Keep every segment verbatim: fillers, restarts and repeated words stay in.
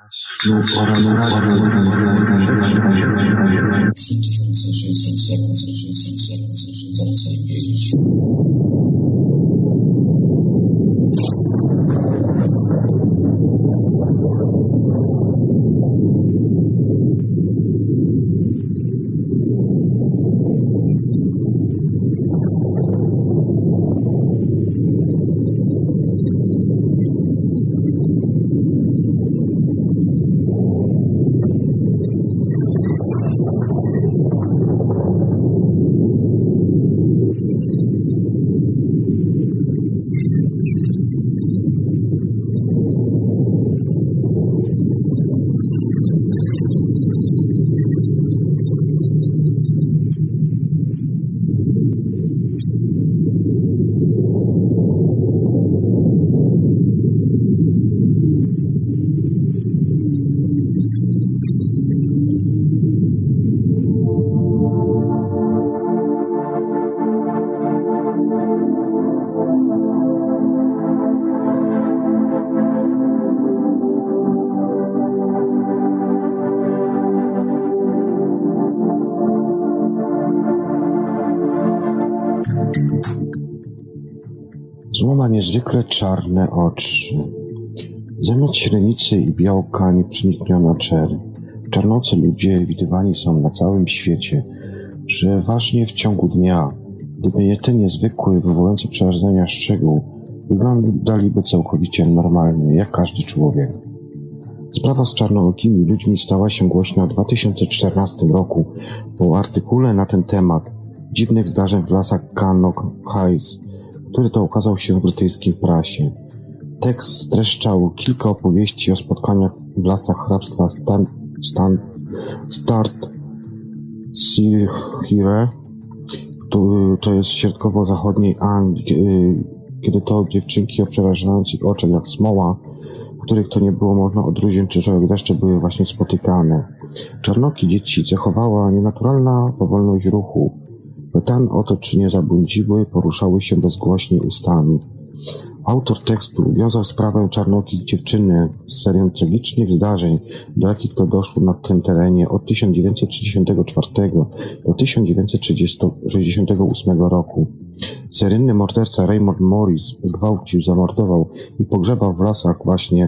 trzy tysiące sześćset sekund, sześćset sekund, sześćset Zło ma niezwykle czarne oczy. Zamiast źrenicy i białka nieprzenikniona czer. Czarnocy ludzie widywani są na całym świecie, przeważnie w ciągu dnia. Gdyby nie ten niezwykły, wywołujący przerażenia szczegół, wyglądaliby całkowicie normalnie, jak każdy człowiek. Sprawa z czarnookimi ludźmi stała się głośna w dwa tysiące czternastym roku po artykule na ten temat dziwnych zdarzeń w lasach Cannock Heights, który to ukazał się w brytyjskiej prasie. Tekst streszczał kilka opowieści o spotkaniach w lasach hrabstwa Stan, Stan, Starkshire, to, to jest w środkowo-zachodniej Anglii, kiedy to dziewczynki o przerażających oczach jak smoła, których to nie było można odróżnić, czy człowiek deszcze były właśnie spotykane. Czarnoki dzieci cechowała nienaturalna powolność ruchu. Pytane o to, czy nie zabłądziły, poruszały się bezgłośnie ustami. Autor tekstu wiązał sprawę czarnokich dziewczyny z serią tragicznych zdarzeń, do jakich to doszło na tym terenie od tysiąc dziewięćset trzydziestego czwartego do tysiąc dziewięćset sześćdziesiątego ósmego roku. Seryjny morderca Raymond Morris zgwałcił, zamordował i pogrzebał w lasach właśnie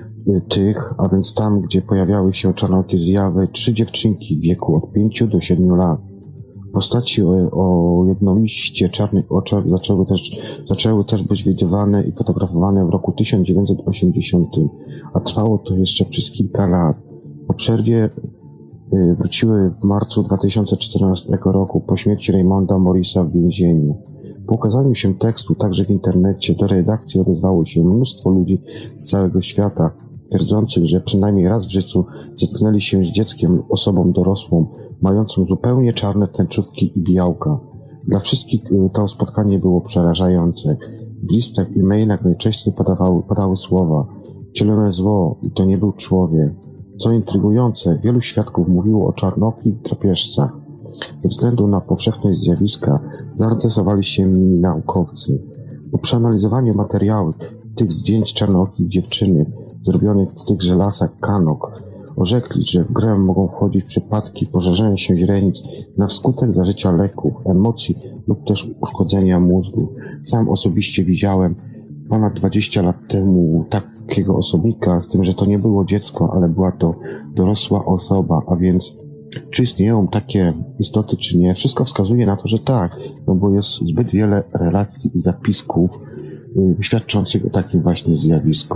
tych, a więc tam, gdzie pojawiały się czarnokie zjawy, trzy dziewczynki w wieku od pięciu do siedmiu lat. Postaci o, o jednoliście czarnych oczach zaczęły też, zaczęły też być widywane i fotografowane w roku tysiąc dziewięćset osiemdziesiątym, a trwało to jeszcze przez kilka lat. Po przerwie y, wróciły w marcu dwa tysiące czternastego roku po śmierci Raymonda Morrisa w więzieniu. Po ukazaniu się tekstu także w internecie do redakcji odezwało się mnóstwo ludzi z całego świata, twierdzących, że przynajmniej raz w życiu zetknęli się z dzieckiem lub osobą dorosłą, mającą zupełnie czarne tęczówki i białka. Dla wszystkich to spotkanie było przerażające. W listach i mailach najczęściej padawały, padały słowa wcielone zło i to nie był człowiek. Co intrygujące, wielu świadków mówiło o czarnokich drapieżcach. Ze względu na powszechność zjawiska zainteresowali się nimi naukowcy. Po przeanalizowaniu materiałów tych zdjęć czarnookich dziewczyny zrobionych w tychże lasach Cannock orzekli, że w grę mogą wchodzić przypadki pożarzenia się źrenic na skutek zażycia leków, emocji lub też uszkodzenia mózgu. Sam osobiście widziałem ponad dwadzieścia lat temu takiego osobnika, z tym, że to nie było dziecko, ale była to dorosła osoba, a więc czy istnieją takie istoty, czy nie? Wszystko wskazuje na to, że tak, no bo jest zbyt wiele relacji i zapisków yy, świadczących o takim właśnie zjawisku.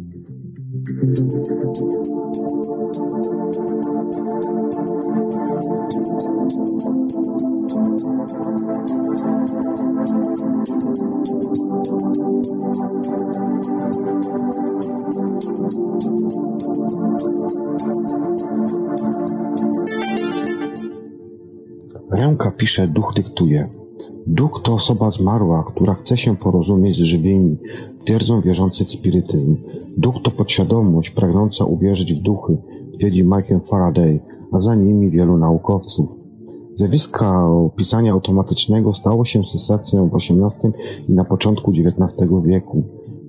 Ręka pisze, duch dyktuje. Duch to osoba zmarła, która chce się porozumieć z żywymi, twierdzą wierzący w spirytyzm. Duch to podświadomość pragnąca uwierzyć w duchy, twierdzi Michael Faraday, a za nimi wielu naukowców. Zjawisko pisania automatycznego stało się sensacją w osiemnastym i na początku dziewiętnastego wieku.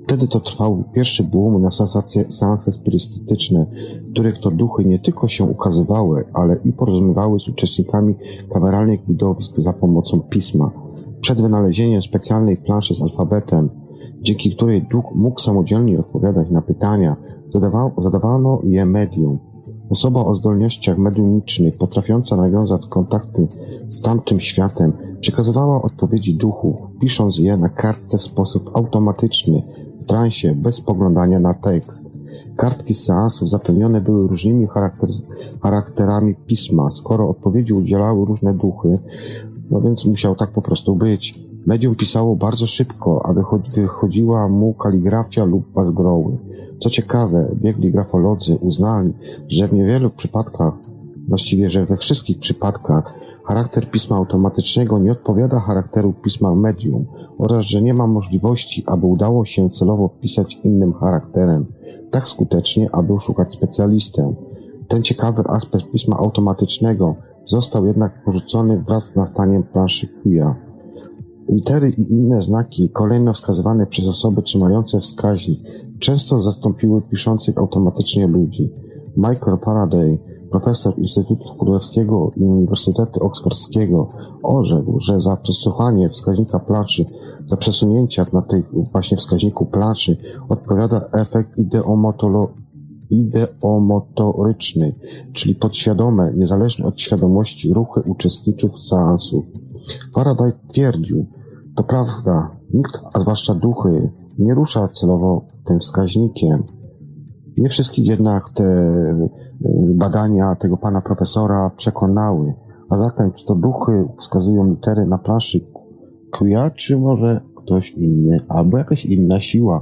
Wtedy to trwał pierwszy boom na sensacje, seanse spirytystyczne, w których to duchy nie tylko się ukazywały, ale i porozumiewały z uczestnikami kameralnych widowisk za pomocą pisma. Przed wynalezieniem specjalnej planszy z alfabetem, dzięki której duch mógł samodzielnie odpowiadać na pytania, zadawa, zadawano je medium. Osoba o zdolnościach mediumicznych, potrafiąca nawiązać kontakty z tamtym światem, przekazywała odpowiedzi duchów, pisząc je na kartce w sposób automatyczny, w transie, bez spoglądania na tekst. Kartki z seansów zapełnione były różnymi charakter, charakterami pisma. Skoro odpowiedzi udzielały różne duchy, no więc musiał tak po prostu być. Medium pisało bardzo szybko, a wychodziła mu kaligrafia lub bazgroły. Co ciekawe, biegli grafolodzy uznali, że w niewielu przypadkach, właściwie, że we wszystkich przypadkach, charakter pisma automatycznego nie odpowiada charakteru pisma medium oraz, że nie ma możliwości, aby udało się celowo pisać innym charakterem, tak skutecznie, aby oszukać specjalistę. Ten ciekawy aspekt pisma automatycznego został jednak porzucony wraz z nastaniem planszy Quia. Litery i inne znaki, kolejno wskazywane przez osoby trzymające wskaźnik, często zastąpiły piszących automatycznie ludzi. Michael Faraday, profesor Instytutu Królewskiego i Uniwersytetu Oksfordzkiego, orzekł, że za przesłuchanie wskaźnika planszy, za przesunięcia na tej właśnie wskaźniku planszy odpowiada efekt ideomotolo ideomotoryczny, czyli podświadome, niezależne od świadomości ruchy uczestników seansów. Faraday twierdził, to prawda, nikt, a zwłaszcza duchy, nie rusza celowo tym wskaźnikiem. Nie wszystkich jednak te badania tego pana profesora przekonały. A zatem, czy to duchy wskazują litery na planszy Quia, czy może ktoś inny, albo jakaś inna siła?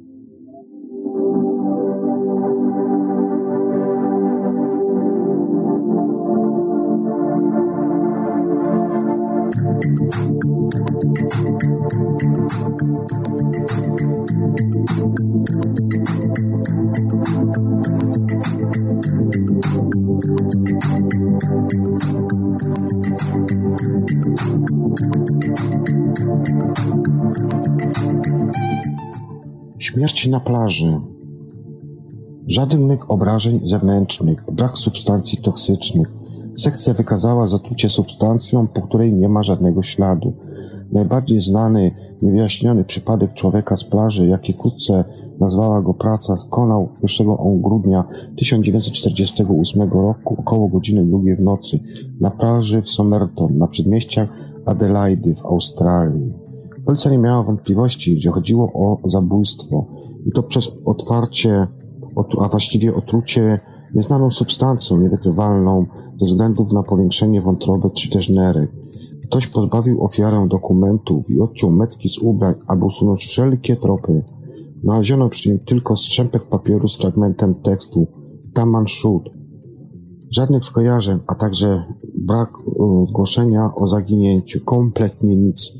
Śmierć na plaży. Żadnych obrażeń zewnętrznych, brak substancji toksycznych. Sekcja wykazała zatrucie substancją, po której nie ma żadnego śladu. Najbardziej znany, niewyjaśniony przypadek człowieka z plaży, jaki wkrótce nazwała go prasa, skonał pierwszego grudnia tysiąc dziewięćset czterdziestego ósmego roku około godziny drugiej w nocy na plaży w Somerton, na przedmieściach Adelaidy w Australii. Policja nie miała wątpliwości, że chodziło o zabójstwo i to przez otwarcie, a właściwie otrucie nieznaną substancją niewykrywalną ze względów na powiększenie wątroby czy też nerek. Ktoś pozbawił ofiarę dokumentów i odciął metki z ubrań, aby usunąć wszelkie tropy. Znaleziono przy nim tylko strzępek papieru z fragmentem tekstu Taman Shoot. Żadnych skojarzeń, a także brak uh, zgłoszenia o zaginięciu. Kompletnie nic.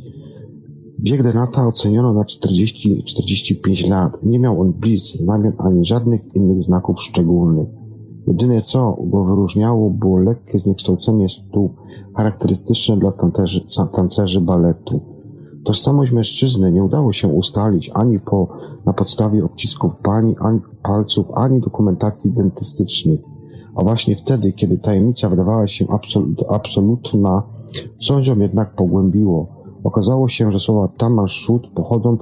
Wiek Denata oceniono na czterdzieści do czterdziestu pięciu lat. Nie miał on bliz, znamion ani żadnych innych znaków szczególnych. Jedyne co go wyróżniało było lekkie zniekształcenie stóp charakterystyczne dla tancerzy, tancerzy baletu. Tożsamość mężczyzny nie udało się ustalić ani po, na podstawie odcisków pani, ani palców, ani dokumentacji dentystycznych. A właśnie wtedy, kiedy tajemnica wydawała się absolut, absolutna, coś ją jednak pogłębiło. Okazało się, że słowa Taman Shoot pochodzą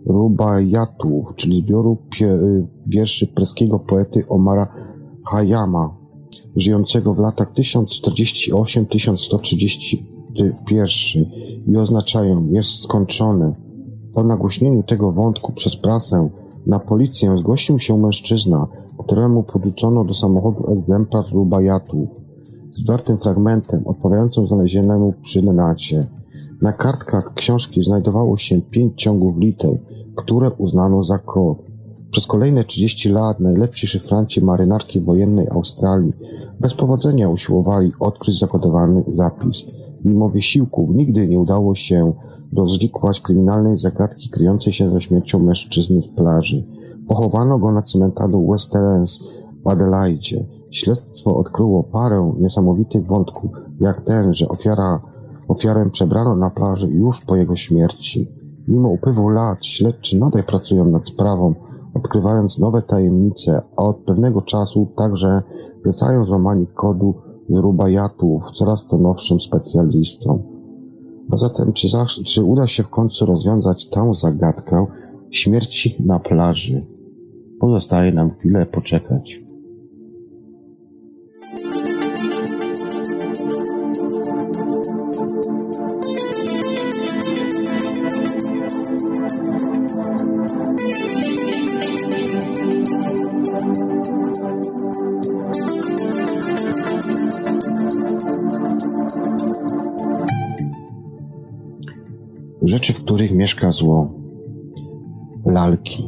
Rubaiyatów, czyli zbioru pie, wierszy perskiego poety Omara Khayyama, żyjącego w latach tysiąc czterdziesty ósmy do tysiąc sto trzydziestego pierwszego i oznaczają jest skończone. Po nagłośnieniu tego wątku przez prasę na policję zgłosił się mężczyzna, któremu podrzucono do samochodu egzemplarz Rubaiyatów z zwartym fragmentem odpowiadającym znalezionemu przy Nenacie. Na kartkach książki znajdowało się pięć ciągów liter, które uznano za kod. Przez kolejne trzydzieści lat najlepsi szyfranci marynarki wojennej Australii bez powodzenia usiłowali odkryć zakodowany zapis. Mimo wysiłków nigdy nie udało się rozwikłać kryminalnej zagadki kryjącej się za śmiercią mężczyzny z plaży. Pochowano go na cmentarzu Westerns w Adelaidzie. Śledztwo odkryło parę niesamowitych wątków, jak ten, że ofiara, ofiarę przebrano na plaży już po jego śmierci. Mimo upływu lat śledczy nadal pracują nad sprawą, odkrywając nowe tajemnice, a od pewnego czasu także zlecają złamanie kodu Rubaiyatów coraz to nowszym specjalistom. A zatem, czy, zawsze, czy uda się w końcu rozwiązać tę zagadkę śmierci na plaży? Pozostaje nam chwilę poczekać. Rzeczy, w których mieszka zło. Lalki.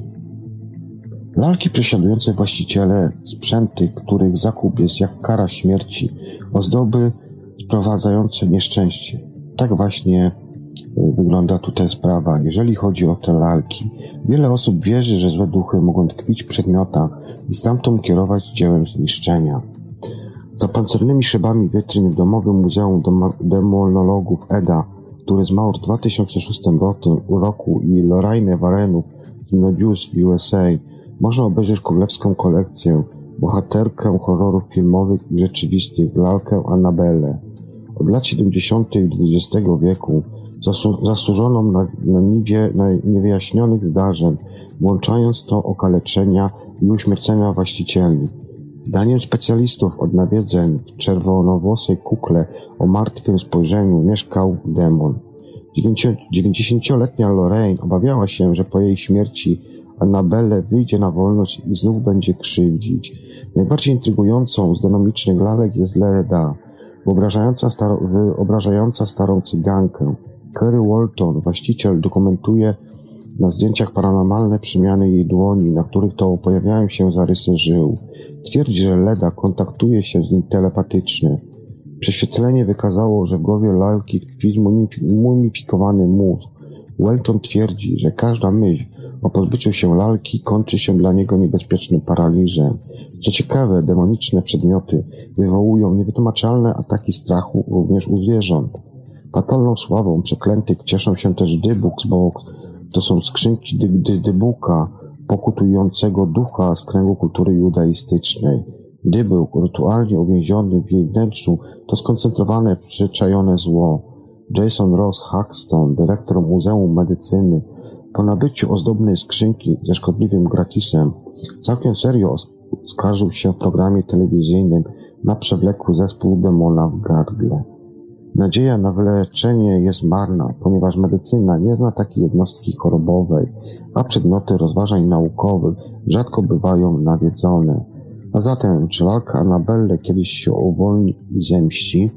Lalki prześladujące właściciele, sprzęty, których zakup jest jak kara śmierci, ozdoby sprowadzające nieszczęście. Tak właśnie wygląda tutaj sprawa. Jeżeli chodzi o te lalki, wiele osób wierzy, że złe duchy mogą tkwić w przedmiotach i stamtąd kierować dziełem zniszczenia. Za pancernymi szybami witryn w domowym Muzeum Demonologów Eda, który zmarł w dwa tysiące szóstym roku, i Lorraine Warrenów z News w U S A, można obejrzeć królewską kolekcję, bohaterkę horrorów filmowych i rzeczywistych, lalkę Annabelle. Od lat siedemdziesiątych dwudziestego wieku zasu- zasłużoną na, na niwie na niewyjaśnionych zdarzeń, włączając to okaleczenia i uśmiercenia właścicieli. Zdaniem specjalistów od nawiedzeń w czerwonowłosej kukle o martwym spojrzeniu mieszkał demon. dziewięćdziesięcioletnia Lorraine obawiała się, że po jej śmierci Annabelle wyjdzie na wolność i znów będzie krzywdzić. Najbardziej intrygującą z demonicznych lalek jest Leda, wyobrażająca, staro, wyobrażająca starą cygankę. Kerry Walton, właściciel, dokumentuje na zdjęciach paranormalne przemiany jej dłoni, na których to pojawiają się zarysy żył. Twierdzi, że Leda kontaktuje się z nim telepatycznie. Prześwietlenie wykazało, że w głowie lalki tkwi zmumifikowany mózg. Walton twierdzi, że każda myśl o pozbyciu się lalki kończy się dla niego niebezpiecznym paraliżem. Co ciekawe, demoniczne przedmioty wywołują niewytłumaczalne ataki strachu również u zwierząt. Fatalną sławą przeklętych cieszą się też Dybuks Box. To są skrzynki dy, dy, Dybuka, pokutującego ducha z kręgu kultury judaistycznej. Dybuk, rytualnie uwięziony w jej wnętrzu, to skoncentrowane, przyczajone zło. Jason Ross Haxton, dyrektor Muzeum Medycyny, po nabyciu ozdobnej skrzynki ze szkodliwym gratisem, całkiem serio skarżył się w programie telewizyjnym na przewlekły zespół demona w gardle. Nadzieja na wyleczenie jest marna, ponieważ medycyna nie zna takiej jednostki chorobowej, a przedmioty rozważań naukowych rzadko bywają nawiedzone. A zatem, czy lalka Annabelle kiedyś się uwolni i zemści?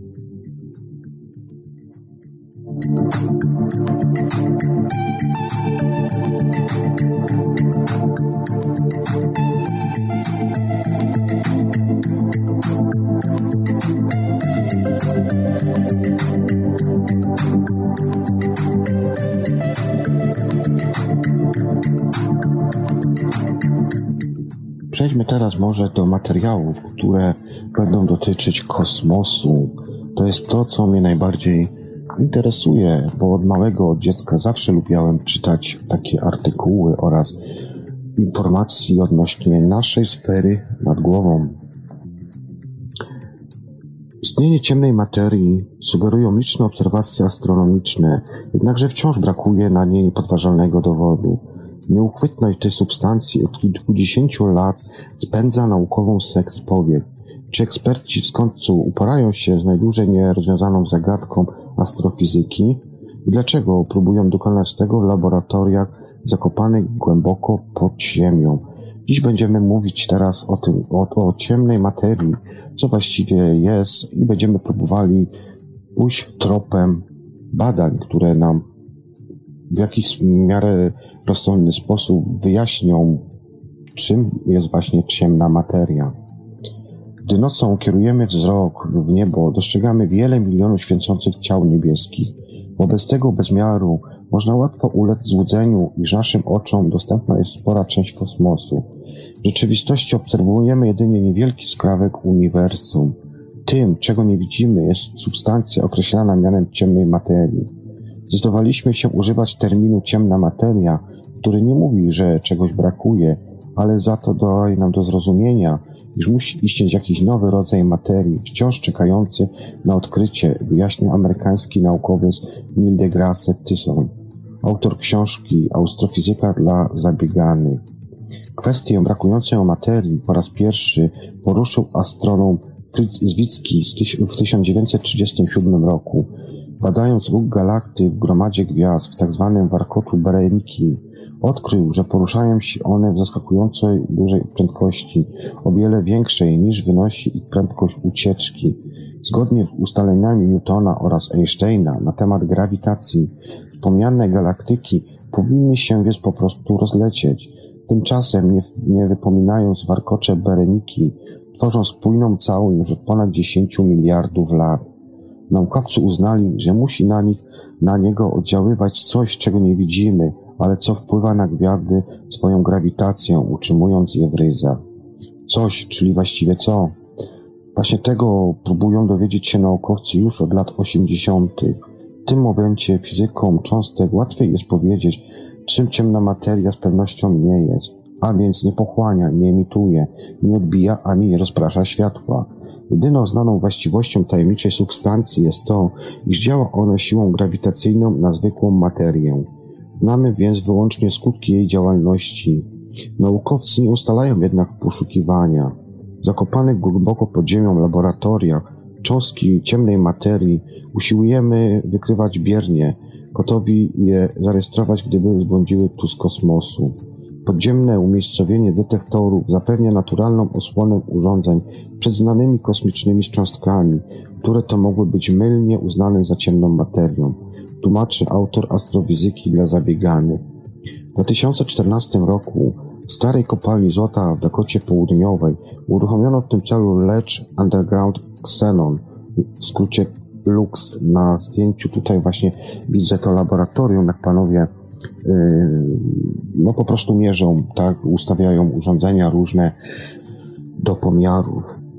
Przejdźmy teraz może do materiałów, które będą dotyczyć kosmosu. To jest to, co mnie najbardziej interesuje, bo od małego, od dziecka zawsze lubiałem czytać takie artykuły oraz informacji odnośnie naszej sfery nad głową. Istnienie ciemnej materii sugerują liczne obserwacje astronomiczne, jednakże wciąż brakuje na niej podważalnego dowodu. Nieuchwytność tej substancji od kilkudziesięciu lat spędza naukową seks powiek. Czy eksperci w końcu uporają się z najdłużej nierozwiązaną zagadką astrofizyki? I dlaczego próbują dokonać tego w laboratoriach zakopanych głęboko pod ziemią? Dziś będziemy mówić teraz o tym, o, o ciemnej materii, co właściwie jest, i będziemy próbowali pójść tropem badań, które nam w jakiś w miarę rozsądny sposób wyjaśnią, czym jest właśnie ciemna materia. Gdy nocą kierujemy wzrok w niebo, dostrzegamy wiele milionów świecących ciał niebieskich. Wobec tego bezmiaru można łatwo ulec złudzeniu, iż naszym oczom dostępna jest spora część kosmosu. W rzeczywistości obserwujemy jedynie niewielki skrawek uniwersum. Tym, czego nie widzimy, jest substancja określana mianem ciemnej materii. Zdecydowaliśmy się używać terminu ciemna materia, który nie mówi, że czegoś brakuje, ale za to daje nam do zrozumienia, iż musi istnieć jakiś nowy rodzaj materii, wciąż czekający na odkrycie, wyjaśnił amerykański naukowiec Neil deGrasse Tyson, autor książki Astrofizyka dla zabieganych. Kwestię brakującej materii po raz pierwszy poruszył astronom Fritz Zwicky w tysiąc dziewięćset trzydziestym siódmym roku. Badając ruch galakty w gromadzie gwiazd w tzw. warkoczu Bereniki, odkrył, że poruszają się one w zaskakującej dużej prędkości, o wiele większej niż wynosi ich prędkość ucieczki. Zgodnie z ustaleniami Newtona oraz Einsteina na temat grawitacji, wspomniane galaktyki powinny się więc po prostu rozlecieć. Tymczasem, nie, nie wypominając warkocze Bereniki, tworzą spójną całość już od ponad dziesięciu miliardów lat. Naukowcy uznali, że musi na nich, na niego oddziaływać coś, czego nie widzimy, ale co wpływa na gwiazdy swoją grawitacją, utrzymując je w ryzach. Coś, czyli właściwie co? Właśnie tego próbują dowiedzieć się naukowcy już od lat osiemdziesiątych. W tym momencie fizykom cząstek łatwiej jest powiedzieć, czym ciemna materia z pewnością nie jest, a więc nie pochłania, nie emituje, nie odbija ani nie rozprasza światła. Jedyną znaną właściwością tajemniczej substancji jest to, iż działa ona siłą grawitacyjną na zwykłą materię. Znamy więc wyłącznie skutki jej działalności. Naukowcy nie ustalają jednak poszukiwania. W zakopanych głęboko pod ziemią laboratoriach cząstki ciemnej materii usiłujemy wykrywać biernie, gotowi je zarejestrować, gdyby zbłądziły tu z kosmosu. Podziemne umiejscowienie detektorów zapewnia naturalną osłonę urządzeń przed znanymi kosmicznymi cząstkami, które to mogły być mylnie uznane za ciemną materią, tłumaczy autor Astrofizyki dla zabieganych. W dwa tysiące czternastym roku w starej kopalni złota w Dakocie Południowej uruchomiono w tym celu Ledge Underground Xenon, w skrócie LUX. Na zdjęciu tutaj właśnie widzę to laboratorium, jak panowie yy, no po prostu mierzą, tak, ustawiają urządzenia różne do pomiarów.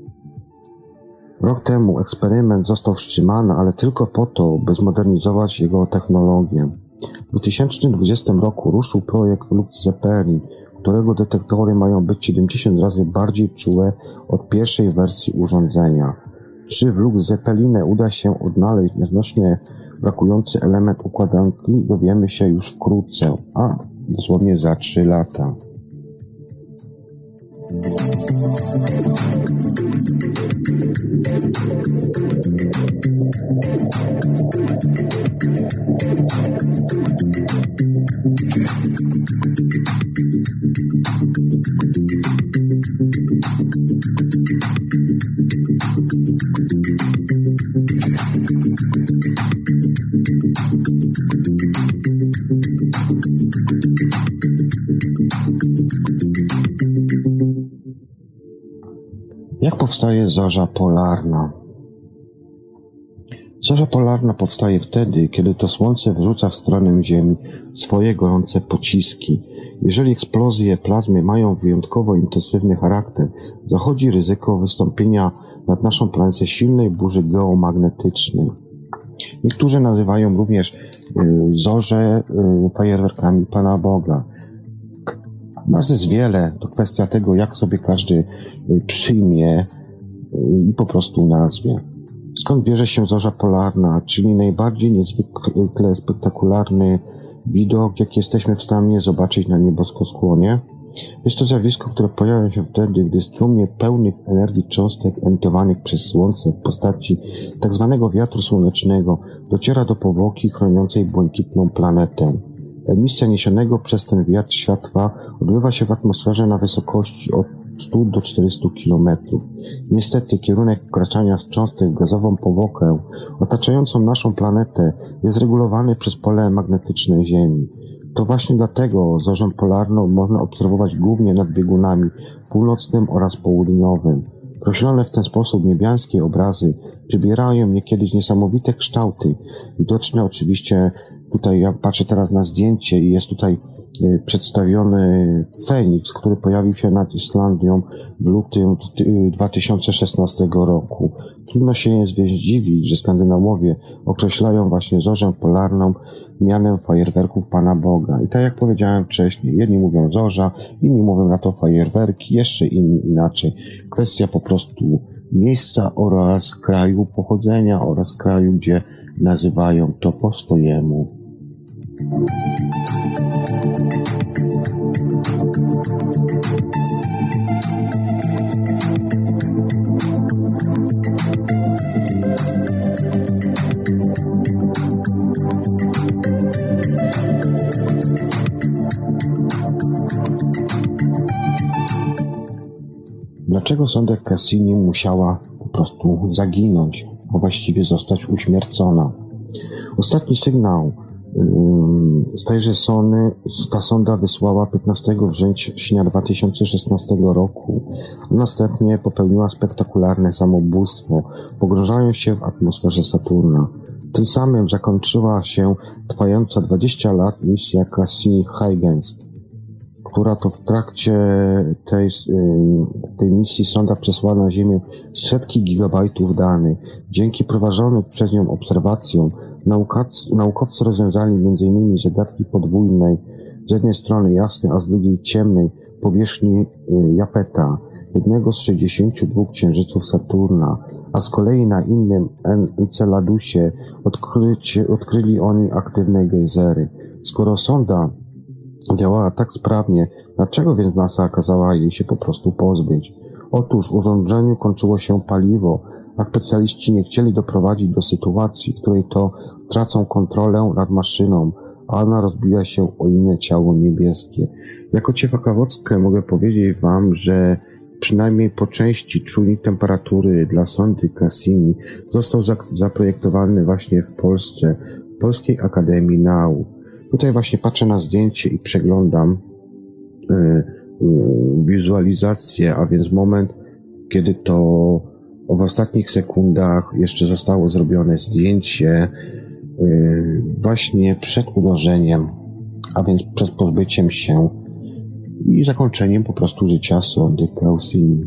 Rok temu eksperyment został wstrzymany, ale tylko po to, by zmodernizować jego technologię. W dwa tysiące dwudziestym roku ruszył projekt Lux Zeppelin, którego detektory mają być siedemdziesiąt razy bardziej czułe od pierwszej wersji urządzenia. Czy w Lux Zeppelinę uda się odnaleźć nieznośnie brakujący element układanki, dowiemy się już wkrótce, a dosłownie za trzy lata. Jak powstaje zorza polarna? Zorza polarna powstaje wtedy, kiedy to Słońce wyrzuca w stronę Ziemi swoje gorące pociski. Jeżeli eksplozje plazmy mają wyjątkowo intensywny charakter, zachodzi ryzyko wystąpienia nad naszą planetą silnej burzy geomagnetycznej. Niektórzy nazywają również y, zorze y, fajerwerkami Pana Boga. Nas jest wiele, to kwestia tego, jak sobie każdy y, przyjmie y, i po prostu nazwie. Skąd bierze się zorza polarna, czyli najbardziej niezwykle spektakularny widok, jaki jesteśmy w stanie zobaczyć na nieboskłonie? Jest to zjawisko, które pojawia się wtedy, gdy strumień pełnych energii cząstek emitowanych przez Słońce w postaci tzw. wiatru słonecznego dociera do powłoki chroniącej błękitną planetę. Emisja niesionego przez ten wiatr światła odbywa się w atmosferze na wysokości od stu do czterystu kilometrów. Niestety kierunek wkraczania z cząstek w gazową powłokę otaczającą naszą planetę jest regulowany przez pole magnetyczne Ziemi. To właśnie dlatego zorzę polarną można obserwować głównie nad biegunami północnym oraz południowym. Określone w ten sposób niebiańskie obrazy przybierają niekiedy niesamowite kształty, widoczne oczywiście Tutaj ja patrzę teraz na zdjęcie i jest tutaj y, przedstawiony Feniks, który pojawił się nad Islandią w lutym dwa tysiące szesnastego roku. Trudno się jest zdziwić, że Skandynawowie określają właśnie zorzę polarną mianem fajerwerków Pana Boga. I tak jak powiedziałem wcześniej, jedni mówią zorza, inni mówią na to fajerwerki, jeszcze inni inaczej. Kwestia po prostu miejsca oraz kraju pochodzenia oraz kraju, gdzie nazywają to po swojemu. Dlaczego sonda Cassini musiała po prostu zaginąć, a właściwie zostać uśmiercona? Ostatni sygnał z tejże sony ta sonda wysłała piętnastego września dwa tysiące szesnastego roku, a następnie popełniła spektakularne samobójstwo, pogrążając się w atmosferze Saturna. Tym samym zakończyła się trwająca dwadzieścia lat misja Cassini-Huygens, która to w trakcie tej, tej misji sonda przesłała na Ziemię setki gigabajtów danych. Dzięki prowadzonym przez nią obserwacjom naukowcy rozwiązali między innymi zagadki podwójnej, z jednej strony jasnej, a z drugiej ciemnej powierzchni Japeta, jednego z sześćdziesięciu dwóch księżyców Saturna, a z kolei na innym Enceladusie odkryci, odkryli oni aktywne gejzery. Skoro sonda działała tak sprawnie, dlaczego więc NASA kazała jej się po prostu pozbyć? Otóż urządzeniu kończyło się paliwo, a specjaliści nie chcieli doprowadzić do sytuacji, w której to tracą kontrolę nad maszyną, a ona rozbija się o inne ciało niebieskie. Jako ciekawostkę mogę powiedzieć Wam, że przynajmniej po części czujnik temperatury dla sondy Cassini został zaprojektowany właśnie w Polsce, w Polskiej Akademii Nauk. Tutaj właśnie patrzę na zdjęcie i przeglądam y, y, wizualizację, a więc moment, kiedy to w ostatnich sekundach jeszcze zostało zrobione zdjęcie y, właśnie przed uderzeniem, a więc przed pozbyciem się i zakończeniem po prostu życia sondy Cassini.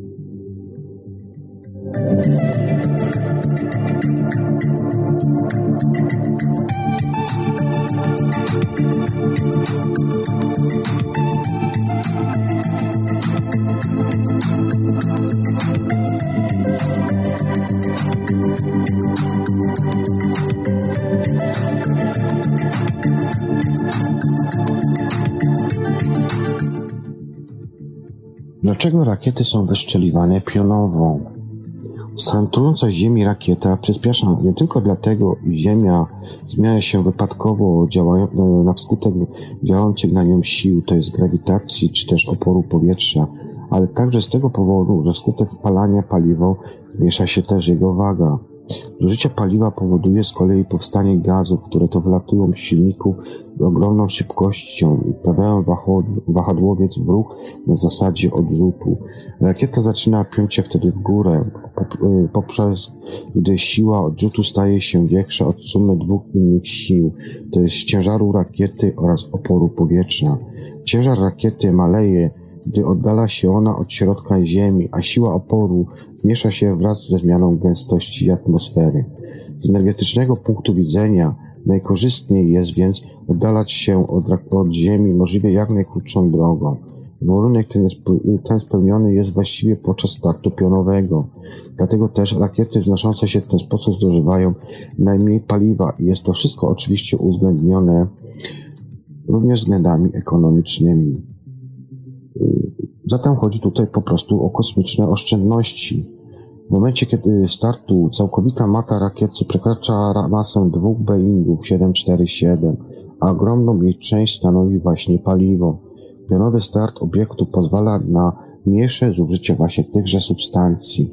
Dlaczego rakiety są wyszczeliwane pionowo? Startująca z Ziemi rakieta przyspiesza nie tylko dlatego, że Ziemia zmienia się wypadkowo działają, na wskutek działających na nią sił, to jest grawitacji czy też oporu powietrza, ale także z tego powodu, że wskutek spalania paliwa zmniejsza się też jego waga. Zużycie paliwa powoduje z kolei powstanie gazów, które to wylatują z silników z ogromną szybkością i wprawiają wahadłowiec w ruch na zasadzie odrzutu. Rakieta zaczyna piąć się wtedy w górę, poprzez gdy siła odrzutu staje się większa od sumy dwóch innych sił, to jest ciężaru rakiety oraz oporu powietrza. Ciężar rakiety maleje, gdy oddala się ona od środka Ziemi, a siła oporu miesza się wraz ze zmianą gęstości atmosfery. Z energetycznego punktu widzenia najkorzystniej jest więc oddalać się od, od Ziemi możliwie jak najkrótszą drogą. Warunek ten, jest, ten spełniony jest właściwie podczas startu pionowego. Dlatego też rakiety wznoszące się w ten sposób zużywają najmniej paliwa i jest to wszystko oczywiście uwzględnione również względami ekonomicznymi. Zatem chodzi tutaj po prostu o kosmiczne oszczędności. W momencie, kiedy startu całkowita masa rakiety przekracza masę dwóch Boeingów siedem cztery siedem, a ogromną jej część stanowi właśnie paliwo. Pionowy start obiektu pozwala na mniejsze zużycie właśnie tychże substancji.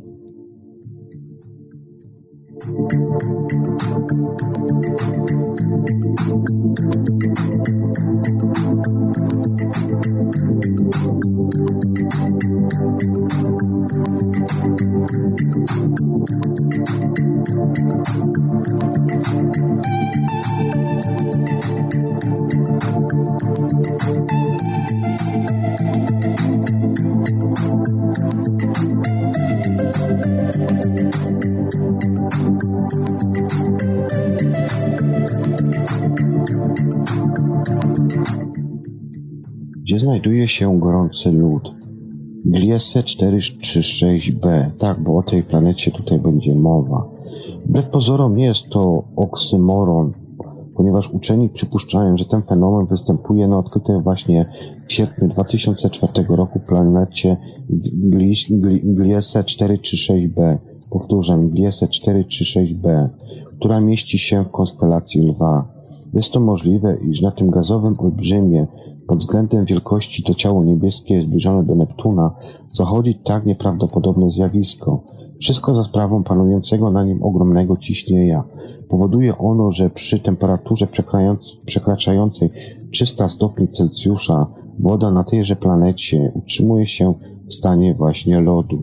znajduje się gorący lód. Gliese cztery trzy sześć b. Tak, bo o tej planecie tutaj będzie mowa. Wbrew pozorom nie jest to oksymoron, ponieważ uczeni przypuszczają, że ten fenomen występuje na odkrytej właśnie w sierpniu dwa tysiące czwartego roku planecie Gliese cztery trzy sześć b. Powtórzę, Gliese cztery trzy sześć b, która mieści się w konstelacji Lwa. Jest to możliwe, iż na tym gazowym olbrzymie, pod względem wielkości to ciało niebieskie zbliżone do Neptuna, zachodzi tak nieprawdopodobne zjawisko. Wszystko za sprawą panującego na nim ogromnego ciśnienia. Powoduje ono, że przy temperaturze przekraczającej trzysta stopni Celsjusza woda na tejże planecie utrzymuje się w stanie właśnie lodu.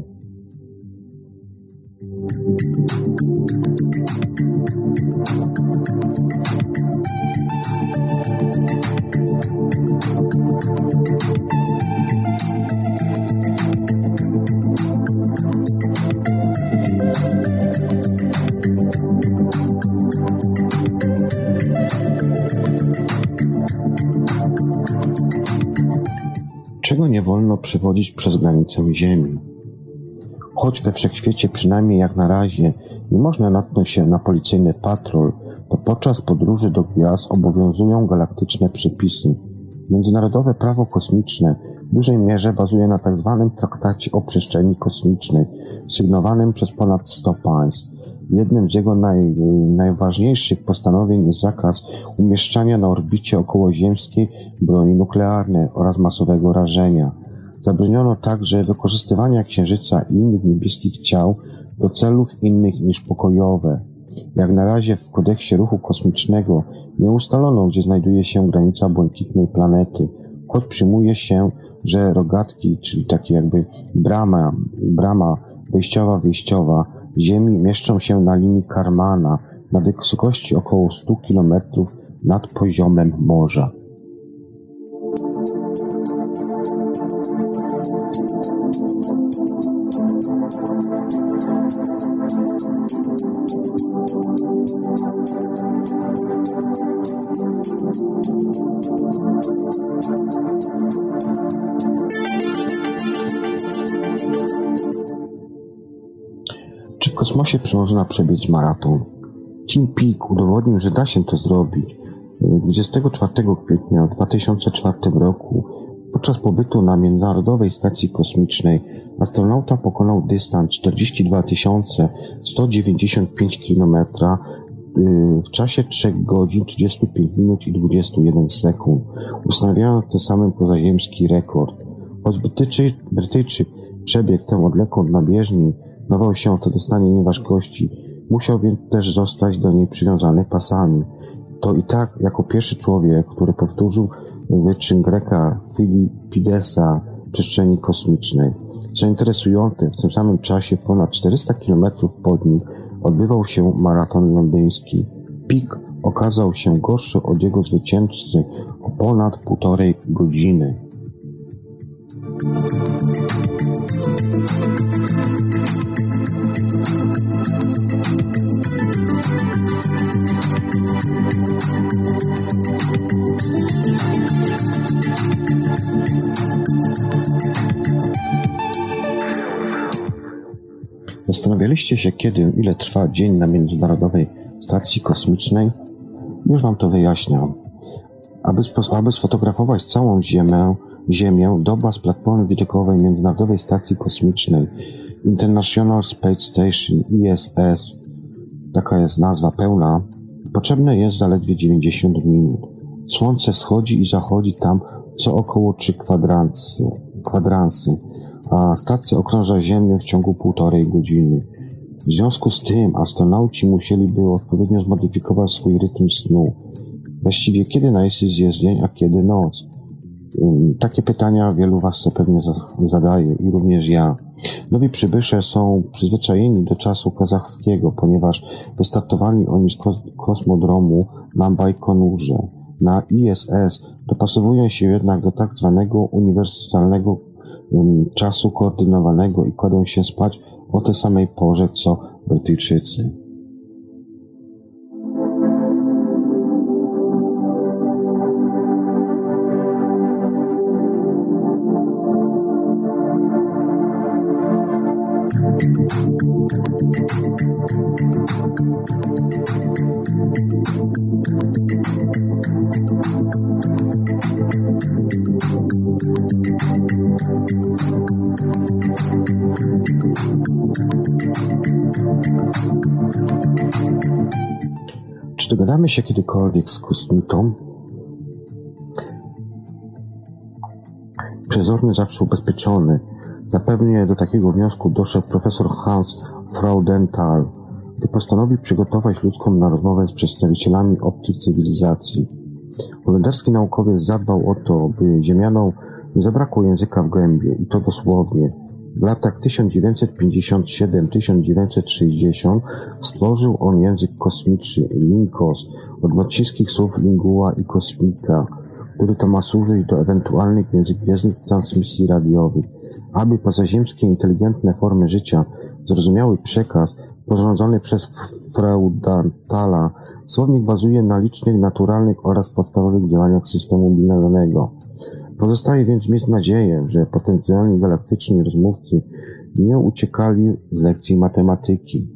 Czego nie wolno przewodzić przez granicę Ziemi? Choć we wszechświecie, przynajmniej jak na razie, nie można natknąć się na policyjny patrol, to podczas podróży do gwiazd obowiązują galaktyczne przepisy. Międzynarodowe prawo kosmiczne w dużej mierze bazuje na tzw. traktacie o przestrzeni kosmicznej, sygnowanym przez ponad sto państw. Jednym z jego naj, najważniejszych postanowień jest zakaz umieszczania na orbicie okołoziemskiej broni nuklearnej oraz masowego rażenia. Zabroniono także wykorzystywania Księżyca i innych niebieskich ciał do celów innych niż pokojowe. Jak na razie w kodeksie ruchu kosmicznego nie ustalono, gdzie znajduje się granica błękitnej planety, choć przyjmuje się, że rogatki, czyli takie jakby brama, brama wejściowa, wyjściowa Ziemi mieszczą się na linii Karmana na wysokości około stu kilometrów nad poziomem morza. Czy w kosmosie można przebiec maraton? Tim Peake udowodnił, że da się to zrobić. dwudziestego czwartego kwietnia dwa tysiące czwartego roku podczas pobytu na Międzynarodowej Stacji Kosmicznej astronauta pokonał dystans czterdzieści dwa tysiące sto dziewięćdziesiąt pięć kilometrów w czasie trzech godzin trzydziestu pięciu minut i dwudziestu jeden sekund, ustanawiając tym samym pozaziemski rekord. Choć Brytyjczyk, Brytyjczyk przebiegł tę odległą na bieżni, dawał się wtedy stanie nieważkości, musiał więc też zostać do niej przywiązany pasami. To i tak jako pierwszy człowiek, który powtórzył wyczyn Greka Filipidesa w przestrzeni kosmicznej. Co interesujące, w tym samym czasie ponad czterysta kilometrów pod nim odbywał się maraton londyński. Peake okazał się gorszy od jego zwycięzcy o ponad półtorej godziny. Zastanawialiście się kiedy, ile trwa dzień na Międzynarodowej Stacji Kosmicznej? Już wam to wyjaśniam. Aby, aby sfotografować całą Ziemię, Ziemię, doba z platformy widokowej Międzynarodowej Stacji Kosmicznej International Space Station I S S, taka jest nazwa pełna, potrzebne jest zaledwie dziewięćdziesiąt minut. Słońce schodzi i zachodzi tam co około trzy kwadransy, kwadransy, a stacja okrąża Ziemię w ciągu półtorej godziny. W związku z tym astronauci musieliby odpowiednio zmodyfikować swój rytm snu. Właściwie kiedy najsyś jest dzień, a kiedy noc? Takie pytania wielu was pewnie zadaje i również ja. Nowi przybysze są przyzwyczajeni do czasu kazachskiego, ponieważ wystartowali oni z kosmodromu na Bajkonurze. Na I S S dopasowują się jednak do tak zwanego uniwersalnego um, czasu koordynowanego i kładą się spać o tej samej porze co Brytyjczycy. Czy dogadamy się kiedykolwiek z kosmitą? Przezorny zawsze ubezpieczony. Zapewne do takiego wniosku doszedł profesor Hans Fraudenthal, gdy postanowił przygotować ludzką na rozmowę z przedstawicielami obcych cywilizacji. Holenderski naukowiec zadbał o to, by ziemianom nie zabrakło języka w gębie, i to dosłownie. W latach tysiąc dziewięćset pięćdziesiąt siedem do tysiąc dziewięćset sześćdziesiąt stworzył on język kosmiczny, Linkos, od łacińskich słów lingua i kosmika, który to ma służyć do ewentualnych międzygwiezdnych transmisji radiowych. Aby pozaziemskie inteligentne formy życia zrozumiały przekaz porządzony przez Fraudenthala, słownik bazuje na licznych naturalnych oraz podstawowych działaniach systemu binarnego. Pozostaje więc mieć nadzieję, że potencjalni galaktyczni rozmówcy nie uciekali z lekcji matematyki.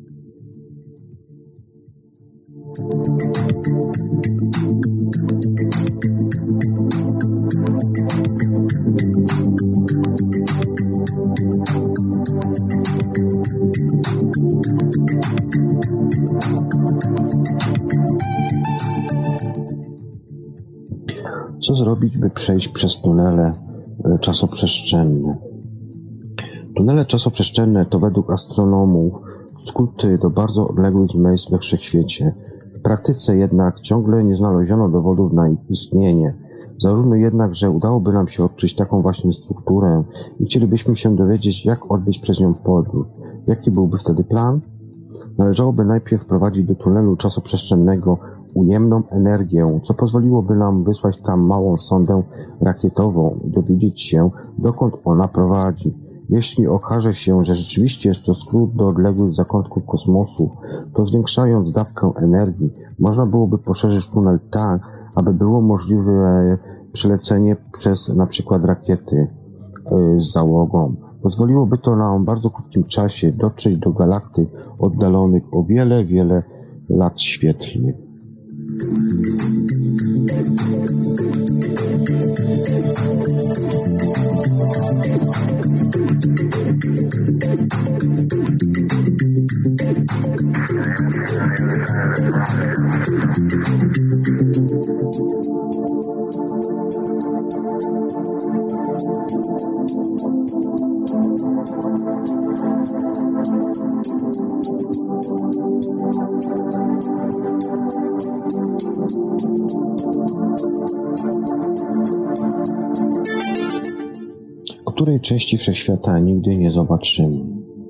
Co zrobić, by przejść przez tunele czasoprzestrzenne? Tunele czasoprzestrzenne to według astronomów skróty do bardzo odległych miejsc we wszechświecie. W praktyce jednak ciągle nie znaleziono dowodów na ich istnienie. Załóżmy jednak, że udałoby nam się odkryć taką właśnie strukturę i chcielibyśmy się dowiedzieć, jak odbyć przez nią podróż. Jaki byłby wtedy plan? Należałoby najpierw wprowadzić do tunelu czasoprzestrzennego ujemną energię, co pozwoliłoby nam wysłać tam małą sondę rakietową i dowiedzieć się, dokąd ona prowadzi. Jeśli okaże się, że rzeczywiście jest to skrót do odległych zakątków kosmosu, to zwiększając dawkę energii, można byłoby poszerzyć tunel tak, aby było możliwe przelecenie przez na przykład rakiety z załogą. Pozwoliłoby to nam w bardzo krótkim czasie dotrzeć do galaktyk oddalonych o wiele, wiele lat świetlnych. Której części wszechświata nigdy nie zobaczymy.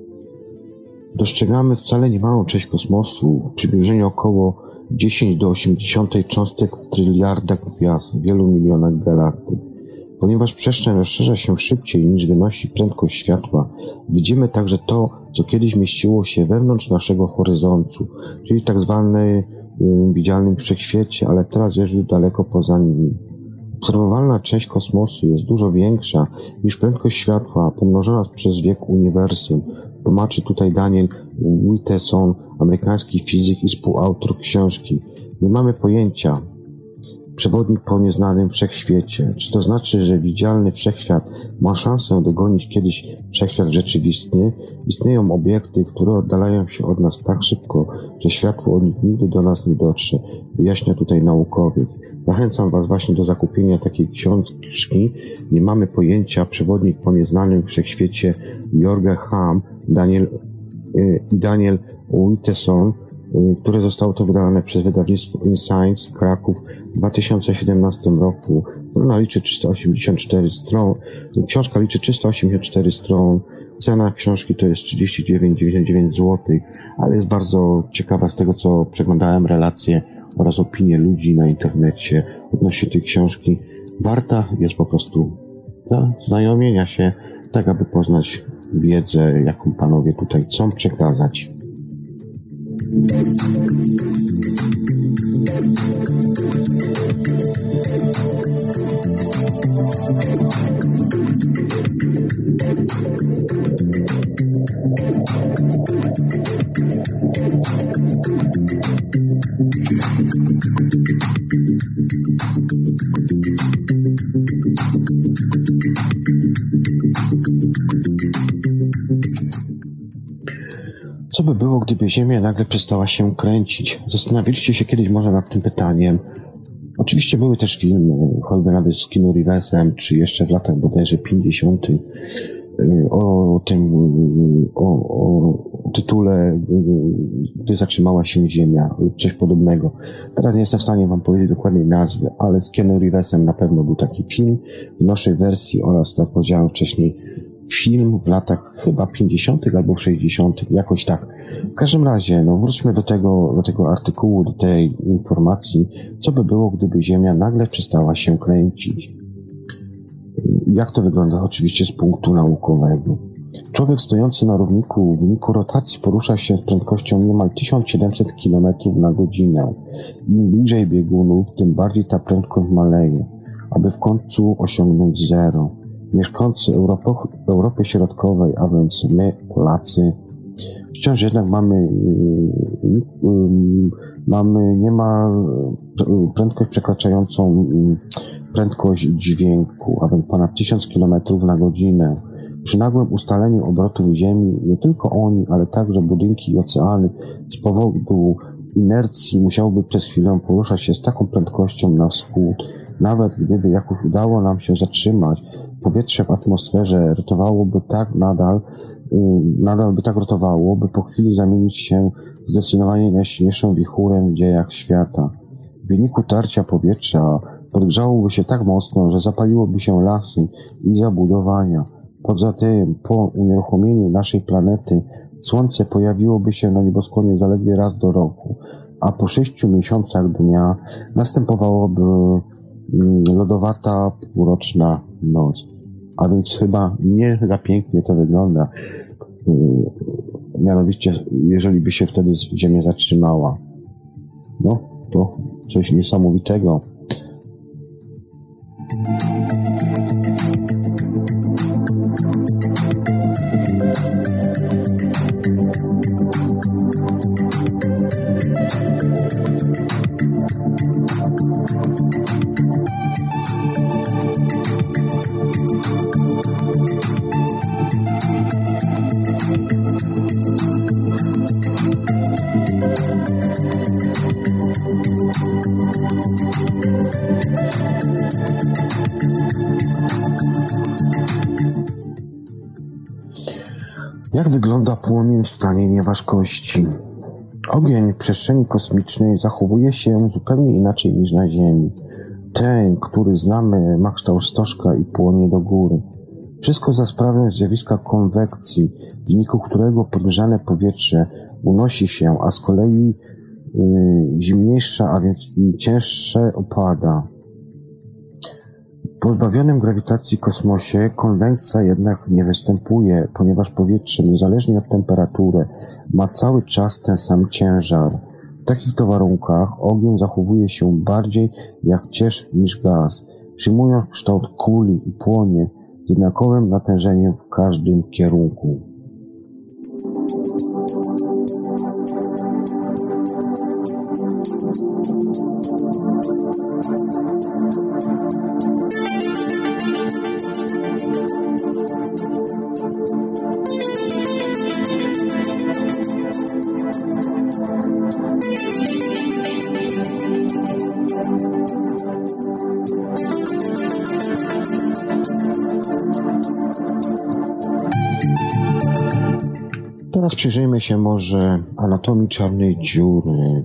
Dostrzegamy wcale niemałą część kosmosu, w przybliżeniu około dziesięć do osiemdziesiątej cząstek w tryliardach gwiazd, w wielu milionach galaktyk. Ponieważ przestrzeń rozszerza się szybciej niż wynosi prędkość światła, widzimy także to, co kiedyś mieściło się wewnątrz naszego horyzontu, czyli tak zwany y, widzialnym wszechświecie, ale teraz jest już daleko poza nim. Obserwowalna część kosmosu jest dużo większa niż prędkość światła pomnożona przez wiek uniwersum. Tłumaczy tutaj Daniel Whitteson, amerykański fizyk i współautor książki. Nie mamy pojęcia. Przewodnik po nieznanym wszechświecie. Czy to znaczy, że widzialny wszechświat ma szansę dogonić kiedyś wszechświat rzeczywistny? Istnieją obiekty, które oddalają się od nas tak szybko, że światło od nich nigdy do nas nie dotrze, wyjaśnia tutaj naukowiec. Zachęcam Was właśnie do zakupienia takiej książki. Nie mamy pojęcia. Przewodnik po nieznanym wszechświecie Jorge Ham Daniel, yy, i Daniel Whitteson, które zostało to wydane przez wydawnictwo InScience Kraków w dwa tysiące siedemnastym roku. Ona liczy trzysta osiemdziesiąt cztery stron. Książka liczy trzysta osiemdziesiąt cztery stron. Cena książki to jest trzydzieści dziewięć dziewięćdziesiąt dziewięć złotych, ale jest bardzo ciekawa z tego, co przeglądałem relacje oraz opinie ludzi na internecie odnośnie tej książki. Warta jest po prostu zaznajomienia się, tak aby poznać wiedzę, jaką panowie tutaj chcą przekazać. Co by było, gdyby Ziemia nagle przestała się kręcić? Zastanawialiście się kiedyś może nad tym pytaniem? Oczywiście były też filmy, choćby nawet z Keanu Reevesem, czy jeszcze w latach bodajże pięćdziesiątych o tym, o, o tytule Gdy zatrzymała się Ziemia, coś podobnego. Teraz nie jestem w stanie wam powiedzieć dokładnej nazwy, ale z Keanu Reevesem na pewno był taki film w naszej wersji oraz, tak powiedziałem wcześniej, film w latach chyba pięćdziesiątych albo sześćdziesiątych, jakoś tak. W każdym razie, no wróćmy do tego, do tego artykułu, do tej informacji, co by było, gdyby Ziemia nagle przestała się kręcić. Jak to wygląda oczywiście z punktu naukowego. Człowiek stojący na równiku w wyniku rotacji porusza się z prędkością niemal tysiąc siedemset kilometrów na godzinę. Im bliżej biegunów, tym bardziej ta prędkość maleje, aby w końcu osiągnąć zero. Mieszkańcy Europy, Europy Środkowej, a więc my, Polacy, wciąż jednak mamy, yy, yy, mamy niemal prędkość przekraczającą yy, prędkość dźwięku, a więc ponad tysiąc kilometrów na godzinę. Przy nagłym ustaleniu obrotów Ziemi nie tylko oni, ale także budynki i oceany z powodu inercji musiałyby przez chwilę poruszać się z taką prędkością na wschód. Nawet gdyby jakoś udało nam się zatrzymać, powietrze w atmosferze rotowałoby tak nadal, yy, nadal by tak rotowało, by po chwili zamienić się w zdecydowanie najsilniejszym wichurem w dziejach świata. W wyniku tarcia powietrza podgrzałoby się tak mocno, że zapaliłoby się lasy i zabudowania. Poza tym, po unieruchomieniu naszej planety, Słońce pojawiłoby się na nieboskłonie zaledwie raz do roku, a po sześciu miesiącach dnia następowałaby lodowata półroczna noc. A więc chyba nie za pięknie to wygląda. Mianowicie, jeżeli by się wtedy Ziemia zatrzymała. No, to coś niesamowitego. Jak wygląda płomień w stanie nieważkości? Ogień w przestrzeni kosmicznej zachowuje się zupełnie inaczej niż na Ziemi. Ten, który znamy, ma kształt stożka i płonie do góry. Wszystko za sprawą zjawiska konwekcji, w wyniku którego podgrzane powietrze unosi się, a z kolei yy, zimniejsze, a więc i cięższe opada. W pozbawionym grawitacji kosmosie konwekcja jednak nie występuje, ponieważ powietrze, niezależnie od temperatury, ma cały czas ten sam ciężar. W takich to warunkach ogień zachowuje się bardziej jak ciecz niż gaz, przyjmując kształt kuli i płonie z jednakowym natężeniem w każdym kierunku. Teraz przyjrzyjmy się może anatomii czarnej dziury.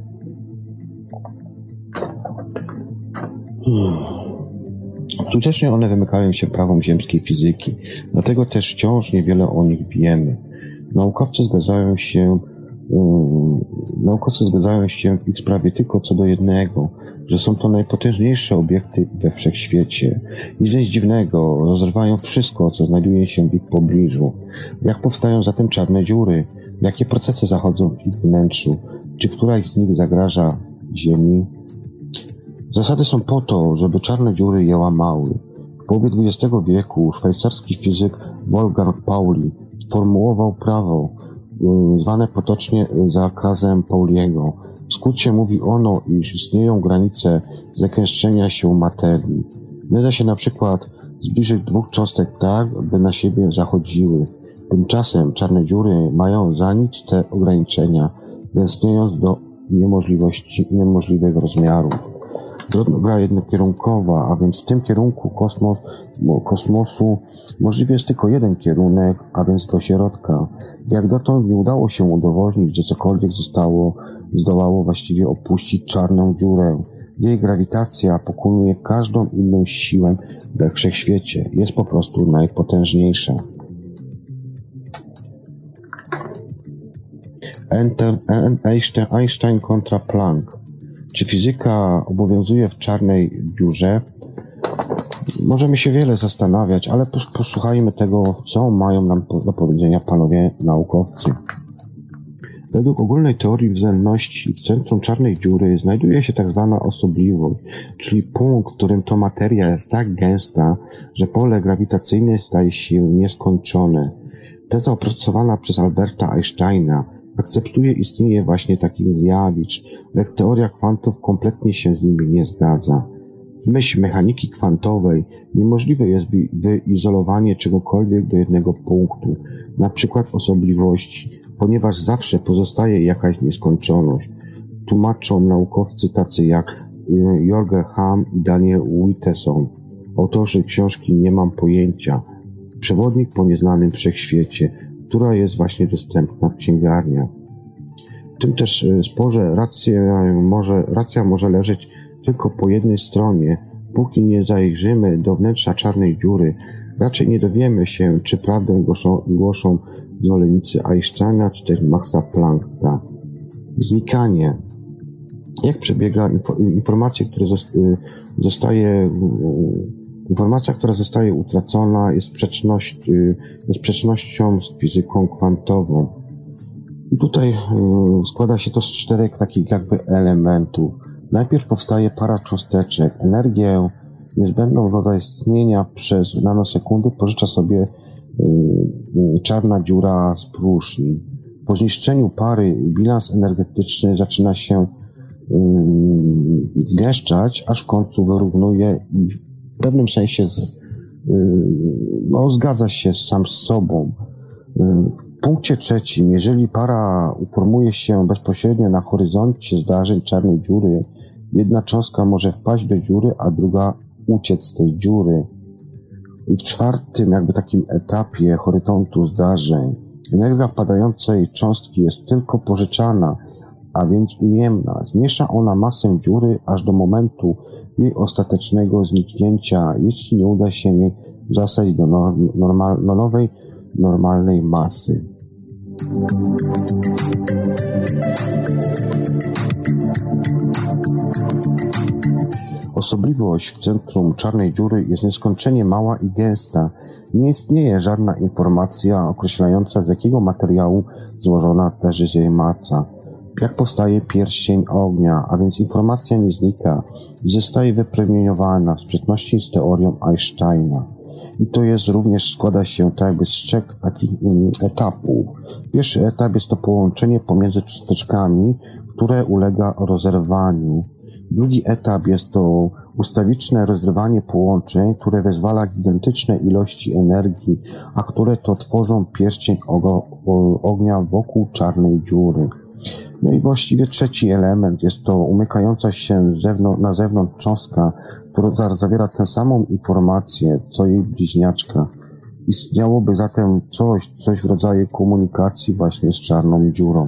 Hmm. Współcześnie one wymykają się prawom ziemskiej fizyki, dlatego też wciąż niewiele o nich wiemy. Naukowcy zgadzają się, um, naukowcy zgadzają się w ich sprawie tylko co do jednego, że są to najpotężniejsze obiekty we wszechświecie. Nic nic dziwnego, rozrywają wszystko, co znajduje się w ich pobliżu. Jak powstają zatem czarne dziury? Jakie procesy zachodzą w ich wnętrzu? Czy któraś z nich zagraża Ziemi? Zasady są po to, żeby czarne dziury je łamały. W połowie dwudziestego wieku szwajcarski fizyk Wolfgang Pauli sformułował prawo, yy, zwane potocznie zakazem Pauliego. W skrócie mówi ono, iż istnieją granice zagęszczenia się materii. Nie da się na przykład zbliżyć dwóch cząstek tak, by na siebie zachodziły. Tymczasem czarne dziury mają za nic te ograniczenia, gęstniejąc do niemożliwości, niemożliwych rozmiarów. Droga jednokierunkowa, a więc w tym kierunku kosmos, kosmosu możliwy jest tylko jeden kierunek, a więc do środka. Jak dotąd nie udało się udowodnić, że cokolwiek zostało, zdołało właściwie opuścić czarną dziurę. Jej grawitacja pokonuje każdą inną siłę we wszechświecie. Jest po prostu najpotężniejsza. Einstein kontra Planck. Czy fizyka obowiązuje w czarnej dziurze? Możemy się wiele zastanawiać, ale posłuchajmy tego, co mają nam do powiedzenia panowie naukowcy. Według ogólnej teorii względności w centrum czarnej dziury znajduje się tak zwana osobliwość, czyli punkt, w którym to materia jest tak gęsta, że pole grawitacyjne staje się nieskończone. Teza opracowana przez Alberta Einsteina akceptuje istnienie właśnie takich zjawisk, lecz teoria kwantów kompletnie się z nimi nie zgadza. W myśl mechaniki kwantowej niemożliwe jest wyizolowanie czegokolwiek do jednego punktu, na przykład osobliwości, ponieważ zawsze pozostaje jakaś nieskończoność. Tłumaczą naukowcy tacy jak Jorge Ham i Daniel Witteson, autorzy książki Nie mam pojęcia, przewodnik po nieznanym wszechświecie, która jest właśnie dostępna w księgarniach. W tym też sporze racja może, racja może leżeć tylko po jednej stronie. Póki nie zajrzymy do wnętrza czarnej dziury, raczej nie dowiemy się, czy prawdę głoszą, głoszą zwolennicy Einsteina czy też Maxa Plancka. Znikanie. Jak przebiega info, informacja, która zostaje Informacja, która zostaje utracona, jest, sprzeczność, jest sprzecznością z fizyką kwantową. I tutaj y, składa się to z czterech takich jakby elementów. Najpierw powstaje para cząsteczek. Energię niezbędną do zaistnienia przez nanosekundy pożycza sobie y, y, czarna dziura z próżni. Po zniszczeniu pary bilans energetyczny zaczyna się y, zgęszczać, aż w końcu wyrównuje i w pewnym sensie z, no, zgadza się sam z sobą. W punkcie trzecim, jeżeli para uformuje się bezpośrednio na horyzoncie zdarzeń czarnej dziury, jedna cząstka może wpaść do dziury, a druga uciec z tej dziury. I w czwartym jakby takim etapie horyzontu zdarzeń energia wpadającej cząstki jest tylko pożyczana, a więc ujemna. Zmniejsza ona masę dziury aż do momentu jej ostatecznego zniknięcia, jeśli nie uda się jej zasadzić do, normal, do nowej, normalnej masy. Osobliwość w centrum czarnej dziury jest nieskończenie mała i gęsta. Nie istnieje żadna informacja określająca, z jakiego materiału złożona też jest jej masa. Jak powstaje pierścień ognia, a więc informacja nie znika i zostaje wypromieniowana w sprzeczności z teorią Einsteina. I to jest również, składa się tak jakby z trzech takich etapów. Pierwszy etap jest to połączenie pomiędzy cząsteczkami, które ulega rozerwaniu. Drugi etap jest to ustawiczne rozrywanie połączeń, które wyzwala gigantyczne ilości energii, a które to tworzą pierścień ognia wokół czarnej dziury. No i właściwie trzeci element jest to umykająca się zewnątrz, na zewnątrz cząstka, która zawiera tę samą informację, co jej bliźniaczka. Istniałoby zatem coś, coś w rodzaju komunikacji właśnie z czarną dziurą.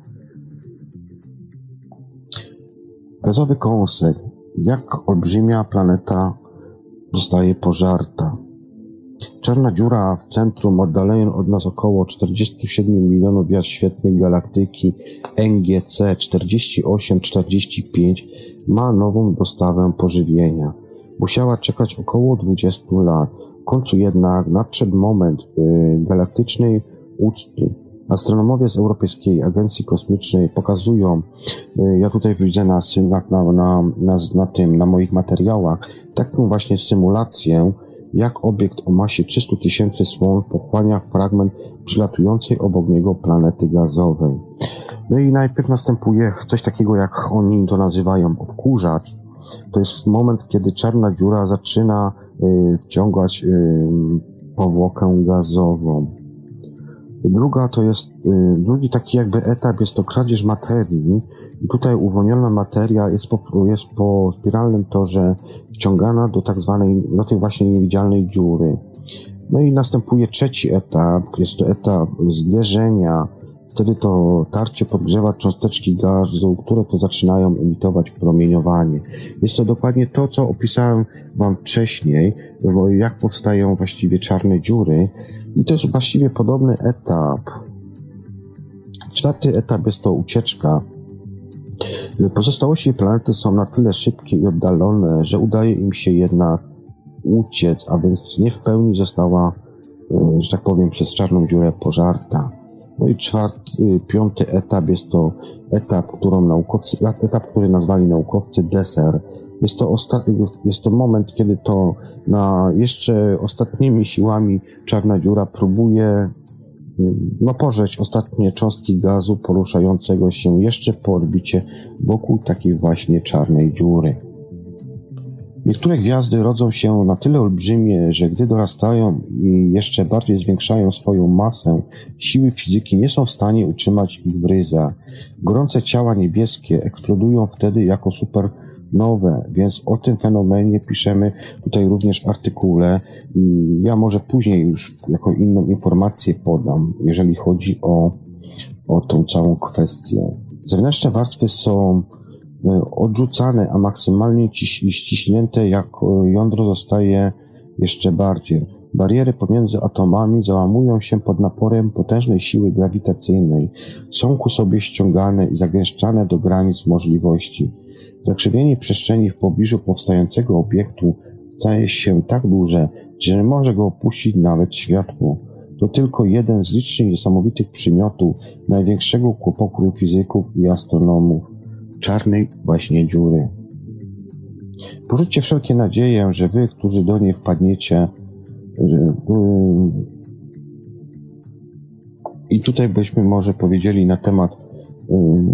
Gazowy kąsek. Jak olbrzymia planeta zostaje pożarta. Czarna dziura w centrum, oddaleniu od nas około czterdzieści siedem milionów gwiazd świetlnych galaktyki N G C czterdzieści osiem czterdzieści pięć ma nową dostawę pożywienia. Musiała czekać około dwadzieścia lat. W końcu jednak nadszedł moment yy, galaktycznej uczty. Astronomowie z Europejskiej Agencji Kosmicznej pokazują, yy, ja tutaj widzę na, na, na, na, na tym, na moich materiałach, taką właśnie symulację, jak obiekt o masie trzysta tysięcy słon pochłania fragment przylatującej obok niego planety gazowej. No i najpierw następuje coś takiego, jak oni to nazywają, odkurzacz. To jest moment, kiedy czarna dziura zaczyna y, wciągać y, powłokę gazową. Druga to jest, drugi taki jakby etap jest to kradzież materii. I tutaj uwolniona materia jest po, jest po spiralnym torze wciągana do tak zwanej, do tej właśnie niewidzialnej dziury. No i następuje trzeci etap, jest to etap zderzenia. Wtedy to tarcie podgrzewa cząsteczki gazu, które to zaczynają emitować promieniowanie. Jest to dokładnie to, co opisałem wam wcześniej, jak powstają właściwie czarne dziury. I to jest właściwie podobny etap. Czwarty etap jest to ucieczka. Pozostałości planety są na tyle szybkie i oddalone, że udaje im się jednak uciec, a więc nie w pełni została, że tak powiem, przez czarną dziurę pożarta. No i czwarty, piąty etap jest to etap, którą naukowcy, etap, który nazwali naukowcy deser. Jest to ostatni, jest to moment, kiedy to na jeszcze ostatnimi siłami czarna dziura próbuje no pożreć ostatnie cząstki gazu poruszającego się jeszcze po orbicie wokół takiej właśnie czarnej dziury. Niektóre gwiazdy rodzą się na tyle olbrzymie, że gdy dorastają i jeszcze bardziej zwiększają swoją masę, siły fizyki nie są w stanie utrzymać ich w ryzach. Gorące ciała niebieskie eksplodują wtedy jako supernowe, więc o tym fenomenie piszemy tutaj również w artykule. Ja może później już jako inną informację podam, jeżeli chodzi o, o tą całą kwestię. Zewnętrzne warstwy są odrzucane, a maksymalnie ściśnięte, jak jądro zostaje jeszcze bardziej. Bariery pomiędzy atomami załamują się pod naporem potężnej siły grawitacyjnej, są ku sobie ściągane i zagęszczane do granic możliwości. Zakrzywienie przestrzeni w pobliżu powstającego obiektu staje się tak duże, że nie może go opuścić nawet światło. To tylko jeden z licznych niesamowitych przymiotów największego kłopotu fizyków i astronomów. Czarnej właśnie dziury. Porzućcie wszelkie nadzieję, że wy, którzy do niej wpadniecie, yy, i tutaj byśmy może powiedzieli na temat yy,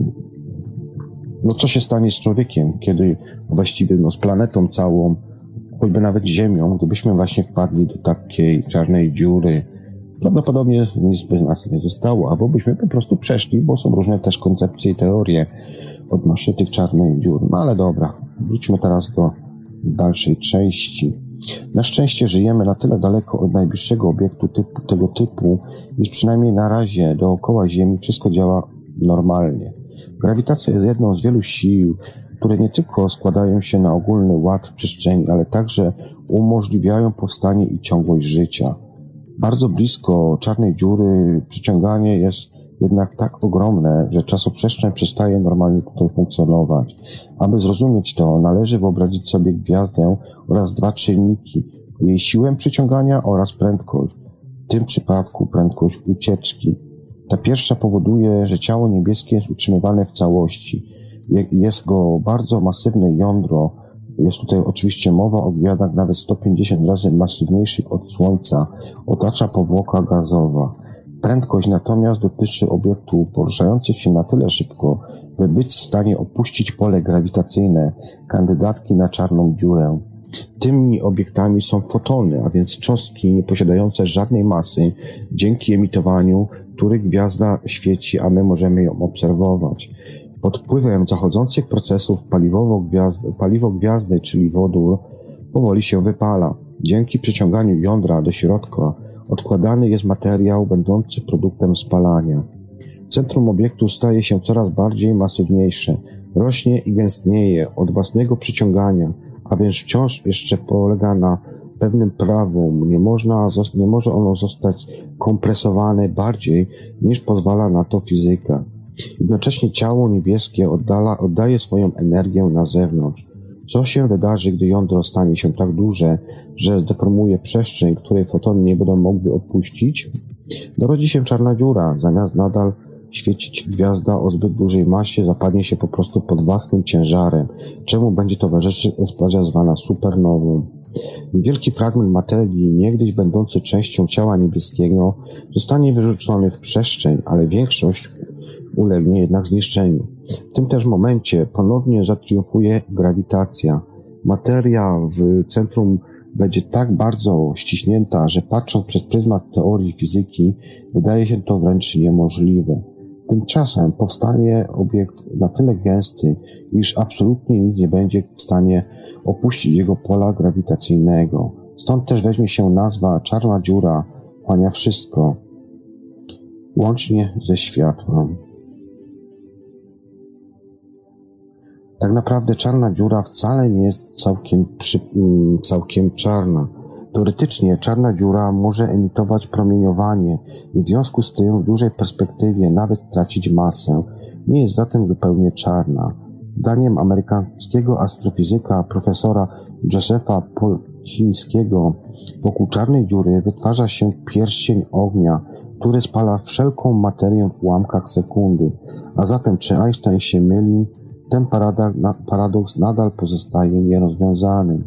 no co się stanie z człowiekiem, kiedy właściwie no, z planetą całą, choćby nawet Ziemią, gdybyśmy właśnie wpadli do takiej czarnej dziury. Prawdopodobnie nic by nas nie zostało, albo byśmy po prostu przeszli, bo są różne też koncepcje i teorie odnośnie tych czarnych dziur. No ale dobra, wróćmy teraz do dalszej części. Na szczęście żyjemy na tyle daleko od najbliższego obiektu typu, tego typu, iż przynajmniej na razie dookoła Ziemi wszystko działa normalnie. Grawitacja jest jedną z wielu sił, które nie tylko składają się na ogólny ład w przestrzeni, ale także umożliwiają powstanie i ciągłość życia. Bardzo blisko czarnej dziury przyciąganie jest jednak tak ogromne, że czasoprzestrzeń przestaje normalnie tutaj funkcjonować. Aby zrozumieć to, należy wyobrazić sobie gwiazdę oraz dwa czynniki, jej siłę przyciągania oraz prędkość. W tym przypadku prędkość ucieczki. Ta pierwsza powoduje, że ciało niebieskie jest utrzymywane w całości. Jest go bardzo masywne jądro. Jest tutaj oczywiście mowa o gwiazdach nawet sto pięćdziesiąt razy masywniejszych od Słońca. Otacza powłoka gazowa. Prędkość natomiast dotyczy obiektów poruszających się na tyle szybko, by być w stanie opuścić pole grawitacyjne kandydatki na czarną dziurę. Tymi obiektami są fotony, a więc cząstki nieposiadające żadnej masy, dzięki emitowaniu których gwiazda świeci, a my możemy ją obserwować. Pod wpływem zachodzących procesów paliwowo gwiazdy, paliwo gwiazdy, czyli wodór, powoli się wypala. Dzięki przyciąganiu jądra do środka odkładany jest materiał będący produktem spalania. Centrum obiektu staje się coraz bardziej masywniejsze, rośnie i gęstnieje od własnego przyciągania, a więc wciąż jeszcze polega na pewnym prawom. Nie można, nie może ono zostać kompresowane bardziej niż pozwala na to fizyka. Jednocześnie ciało niebieskie oddala, oddaje swoją energię na zewnątrz. Co się wydarzy, gdy jądro stanie się tak duże, że zdeformuje przestrzeń, której fotony nie będą mogły opuścić? Narodzi się czarna dziura, zamiast nadal świecić gwiazda o zbyt dużej masie, zapadnie się po prostu pod własnym ciężarem, czemu będzie towarzyszyć eksplozja zwana supernową. Wielki fragment materii, niegdyś będący częścią ciała niebieskiego, zostanie wyrzucony w przestrzeń, ale większość ulegnie jednak zniszczeniu. W tym też momencie ponownie zatriumfuje grawitacja. Materia w centrum będzie tak bardzo ściśnięta, że patrząc przez pryzmat teorii fizyki, wydaje się to wręcz niemożliwe. Tymczasem powstanie obiekt na tyle gęsty, iż absolutnie nic nie będzie w stanie opuścić jego pola grawitacyjnego. Stąd też weźmie się nazwa czarna dziura, wchłania wszystko, łącznie ze światłem. Tak naprawdę czarna dziura wcale nie jest całkiem, przy, całkiem czarna. Teoretycznie czarna dziura może emitować promieniowanie i w związku z tym w dużej perspektywie nawet tracić masę. Nie jest zatem zupełnie czarna. Zdaniem amerykańskiego astrofizyka profesora Josepha Polchińskiego wokół czarnej dziury wytwarza się pierścień ognia, który spala wszelką materię w ułamkach sekundy. A zatem czy Einstein się myli? Ten paradoks nadal pozostaje nierozwiązany.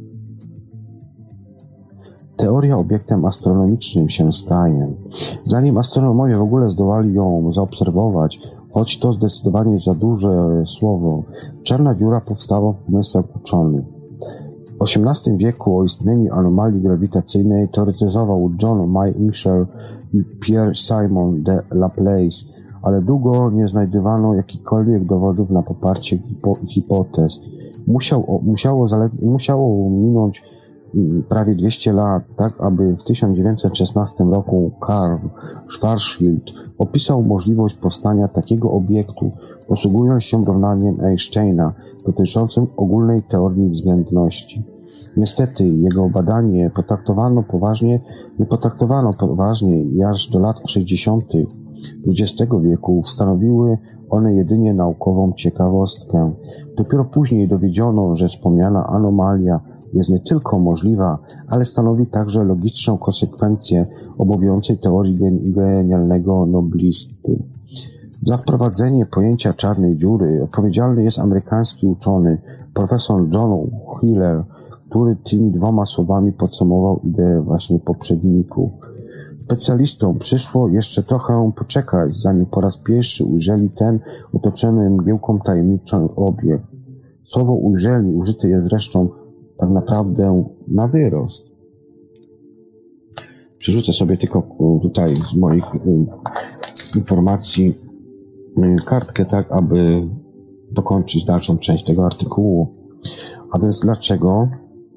Teoria obiektem astronomicznym się staje. Zanim astronomowie w ogóle zdołali ją zaobserwować, choć to zdecydowanie za duże słowo, czarna dziura powstała w umysłach uczonych. W osiemnastym wieku o istnieniu anomalii grawitacyjnej teoretyzował John Michell i Pierre Simon de Laplace, ale długo nie znajdowano jakichkolwiek dowodów na poparcie hipo- hipotez. Musiał, musiało, zaledwie, musiało minąć prawie dwieście lat, tak aby w tysiąc dziewięćset szesnastym roku Karl Schwarzschild opisał możliwość powstania takiego obiektu, posługując się równaniem Einsteina dotyczącym ogólnej teorii względności. Niestety jego badanie potraktowano poważnie, nie potraktowano poważnie i aż do lat sześćdziesiątych dwudziestego wieku stanowiły one jedynie naukową ciekawostkę. Dopiero później dowiedziono, że wspomniana anomalia jest nie tylko możliwa, ale stanowi także logiczną konsekwencję obowiązującej teorii genialnego noblisty. Za wprowadzenie pojęcia czarnej dziury odpowiedzialny jest amerykański uczony profesor John Wheeler, który tymi dwoma słowami podsumował ideę właśnie poprzedników. Specjalistom przyszło jeszcze trochę poczekać, zanim po raz pierwszy ujrzeli ten otoczony mgiełką tajemniczy obiekt. Słowo ujrzeli użyte jest zresztą tak naprawdę na wyrost. Przerzucę sobie tylko tutaj z moich informacji kartkę, tak aby dokończyć dalszą część tego artykułu. A więc dlaczego?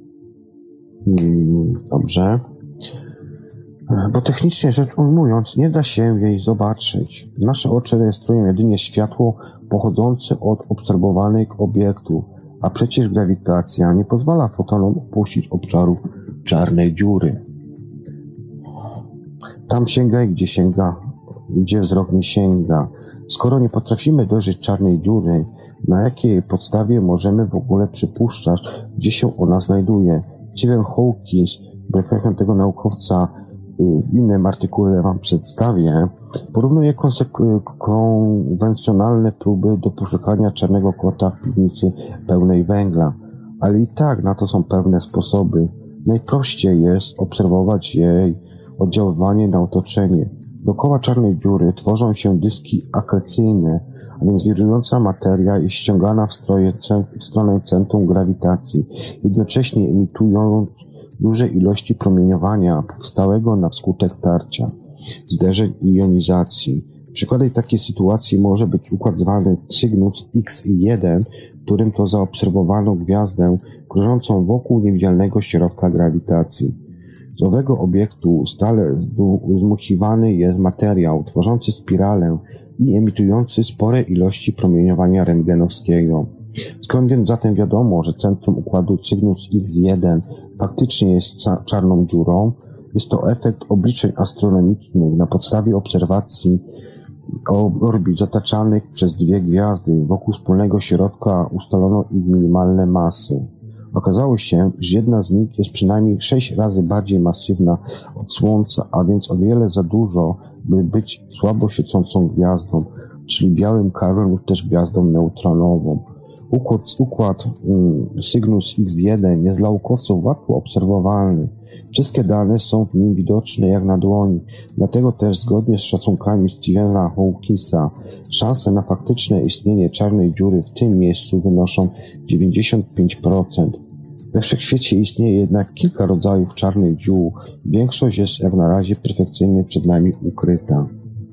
Dobrze. Bo technicznie rzecz ujmując, nie da się jej zobaczyć. Nasze oczy rejestrują jedynie światło pochodzące od obserwowanych obiektów, a przecież grawitacja nie pozwala fotonom opuścić obszarów czarnej dziury. Tam sięgaj, gdzie sięga, gdzie wzrok nie sięga. Skoro nie potrafimy dojrzeć czarnej dziury, na jakiej podstawie możemy w ogóle przypuszczać, gdzie się ona znajduje? Stephen Hawking, biografia tego naukowca, w innym artykule wam przedstawię, porównuje konsek- konwencjonalne próby do poszukania czarnego kota w piwnicy pełnej węgla. Ale i tak na to są pewne sposoby. Najprościej jest obserwować jej oddziaływanie na otoczenie. Dookoła czarnej dziury tworzą się dyski akrecyjne, a więc wirująca materia jest ściągana w, stroje, w stronę centrum grawitacji, jednocześnie emitując duże ilości promieniowania powstałego na skutek tarcia, zderzeń i jonizacji. Przykładem takiej sytuacji może być układ zwany Cygnus X jeden, w którym to zaobserwowano gwiazdę krążącą wokół niewidzialnego środka grawitacji. Z owego obiektu stale zdmuchiwany jest materiał tworzący spiralę i emitujący spore ilości promieniowania rentgenowskiego. Skąd więc zatem wiadomo, że centrum układu Cygnus X jeden faktycznie jest czarną dziurą? Jest to efekt obliczeń astronomicznych na podstawie obserwacji orbit zataczanych przez dwie gwiazdy. Wokół wspólnego środka ustalono ich minimalne masy. Okazało się, że jedna z nich jest przynajmniej sześć razy bardziej masywna od Słońca, a więc o wiele za dużo, by być słabo świecącą gwiazdą, czyli białym karłem lub też gwiazdą neutronową. Układ, układ um, Cygnus X jeden jest dla naukowców łatwo obserwowalny. Wszystkie dane są w nim widoczne jak na dłoni, dlatego też zgodnie z szacunkami Stephena Hawkinsa szanse na faktyczne istnienie czarnej dziury w tym miejscu wynoszą dziewięćdziesiąt pięć procent. We wszechświecie istnieje jednak kilka rodzajów czarnych dziur. Większość jest jak na razie perfekcyjnie przed nami ukryta.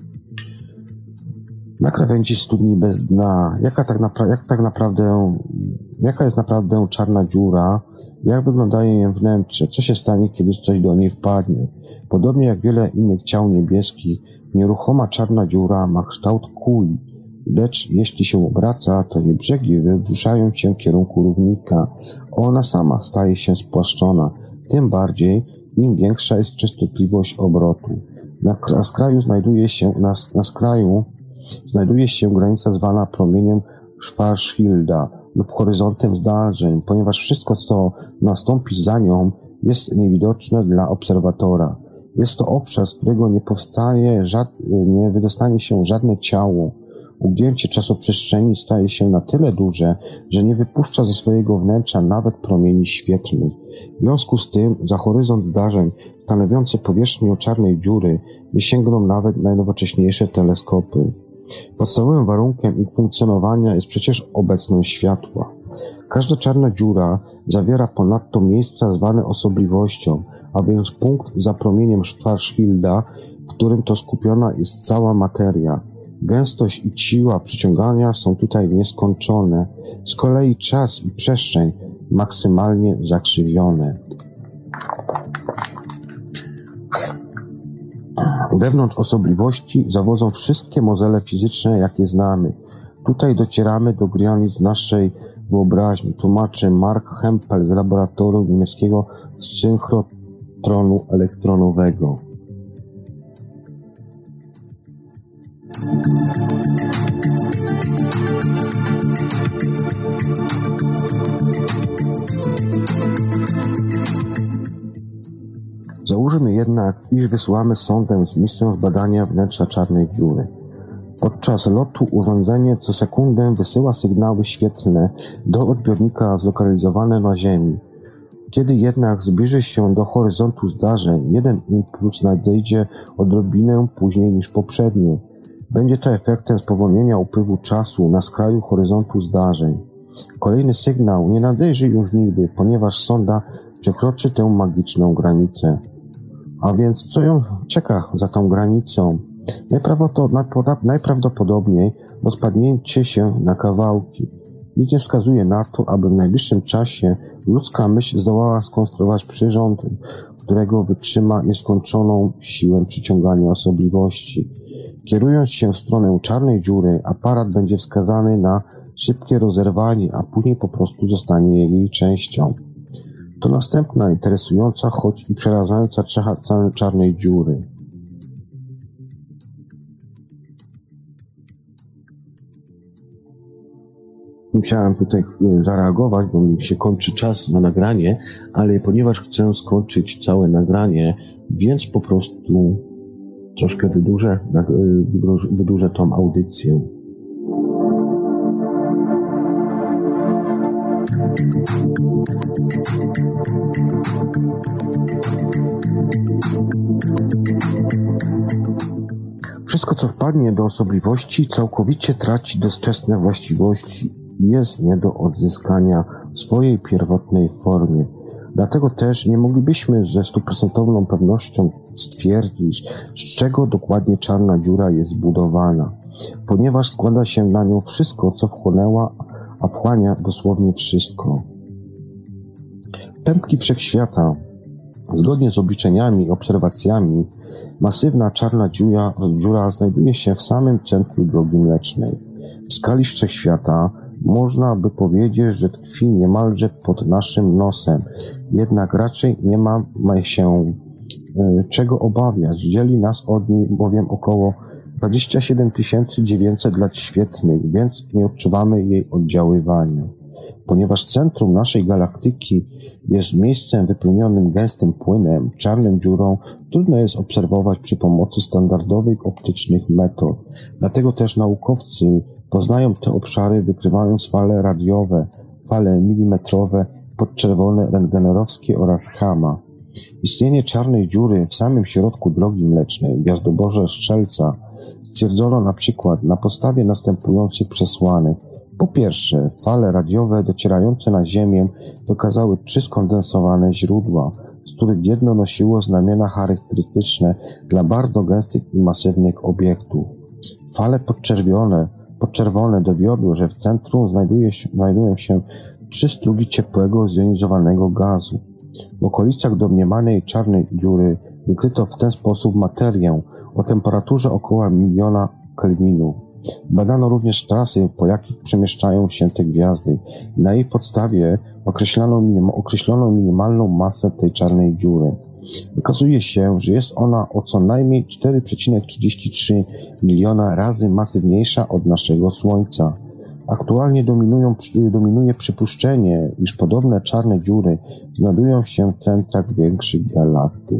Na krawędzi studni bez dna, jaka tak, napra- jak tak naprawdę, jaka jest naprawdę czarna dziura, jak wyglądają jej wnętrze, co się stanie, kiedy coś do niej wpadnie. Podobnie jak wiele innych ciał niebieskich, nieruchoma czarna dziura ma kształt kuli, lecz jeśli się obraca, to jej brzegi wybruszają się w kierunku równika. Ona sama staje się spłaszczona, tym bardziej im większa jest częstotliwość obrotu. Na, na skraju znajduje się, na, na skraju znajduje się granica zwana promieniem Schwarzschilda lub horyzontem zdarzeń, ponieważ wszystko, co nastąpi za nią, jest niewidoczne dla obserwatora. Jest to obszar, z którego nie powstaje, żad, nie wydostanie się żadne ciało. Ugięcie czasoprzestrzeni staje się na tyle duże, że nie wypuszcza ze swojego wnętrza nawet promieni świetlnych. W związku z tym za horyzont zdarzeń stanowiący powierzchnię czarnej dziury nie sięgną nawet najnowocześniejsze teleskopy. Podstawowym warunkiem ich funkcjonowania jest przecież obecność światła. Każda czarna dziura zawiera ponadto miejsca zwane osobliwością, a więc punkt za promieniem Schwarzschilda, w którym to skupiona jest cała materia. Gęstość i siła przyciągania są tutaj nieskończone, z kolei czas i przestrzeń maksymalnie zakrzywione. Wewnątrz osobliwości zawodzą wszystkie modele fizyczne, jakie znamy. Tutaj docieramy do granic naszej wyobraźni, tłumaczy Mark Hempel z laboratorium niemieckiego synchrotronu elektronowego. Załóżmy jednak, iż wysyłamy sondę z misją zbadania wnętrza czarnej dziury. Podczas lotu urządzenie co sekundę wysyła sygnały świetlne do odbiornika zlokalizowane na Ziemi. Kiedy jednak zbliży się do horyzontu zdarzeń, jeden impuls nadejdzie odrobinę później niż poprzedni. Będzie to efektem spowolnienia upływu czasu na skraju horyzontu zdarzeń. Kolejny sygnał nie nadejrzy już nigdy, ponieważ sonda przekroczy tę magiczną granicę. A więc co ją czeka za tą granicą? Najprawdopodobniej rozpadnięcie się na kawałki. Nic nie wskazuje na to, aby w najbliższym czasie ludzka myśl zdołała skonstruować przyrząd, którego wytrzyma nieskończoną siłę przyciągania osobliwości. Kierując się w stronę czarnej dziury, aparat będzie skazany na szybkie rozerwanie, a później po prostu zostanie jej częścią. To następna interesująca, choć i przerażająca cecha czarnej dziury. Musiałem tutaj zareagować, bo mi się kończy czas na nagranie, ale ponieważ chcę skończyć całe nagranie, więc po prostu troszkę wydłużę, wydłużę tą audycję. Wszystko, co wpadnie do osobliwości, całkowicie traci doczesne właściwości i jest nie do odzyskania w swojej pierwotnej formie. Dlatego też nie moglibyśmy ze stuprocentową pewnością stwierdzić, z czego dokładnie czarna dziura jest zbudowana, ponieważ składa się na nią wszystko, co wchłonęła, a wchłania dosłownie wszystko. Pępki wszechświata. Zgodnie z obliczeniami i obserwacjami, masywna czarna dziura, dziura znajduje się w samym centrum drogi mlecznej. W skali wszechświata można by powiedzieć, że tkwi niemalże pod naszym nosem, jednak raczej nie ma, ma się e, czego obawiać. Dzieli nas od niej bowiem około dwadzieścia siedem tysięcy dziewięćset lat świetlnych, więc nie odczuwamy jej oddziaływania. Ponieważ centrum naszej galaktyki jest miejscem wypełnionym gęstym płynem, czarną dziurą, trudno jest obserwować przy pomocy standardowych optycznych metod. Dlatego też naukowcy poznają te obszary, wykrywając fale radiowe, fale milimetrowe, podczerwone, rentgenerowskie oraz Hama. Istnienie czarnej dziury w samym środku drogi mlecznej, gwiazdoborze Strzelca, stwierdzono na przykład na podstawie następujących przesłanek. Po pierwsze, fale radiowe docierające na Ziemię wykazały trzy skondensowane źródła, z których jedno nosiło znamiona charakterystyczne dla bardzo gęstych i masywnych obiektów. Fale podczerwione, podczerwone dowiodły, że w centrum znajduje się, znajdują się trzy strugi ciepłego, zjonizowanego gazu. W okolicach domniemanej czarnej dziury wykryto w ten sposób materię o temperaturze około miliona kelwinów. Badano również trasy, po jakich przemieszczają się te gwiazdy. Na jej podstawie określono, minim, określono minimalną masę tej czarnej dziury. Okazuje się, że jest ona o co najmniej cztery przecinek trzydzieści trzy miliona razy masywniejsza od naszego Słońca. Aktualnie dominują, dominuje przypuszczenie, iż podobne czarne dziury znajdują się w centrach większych galaktyk.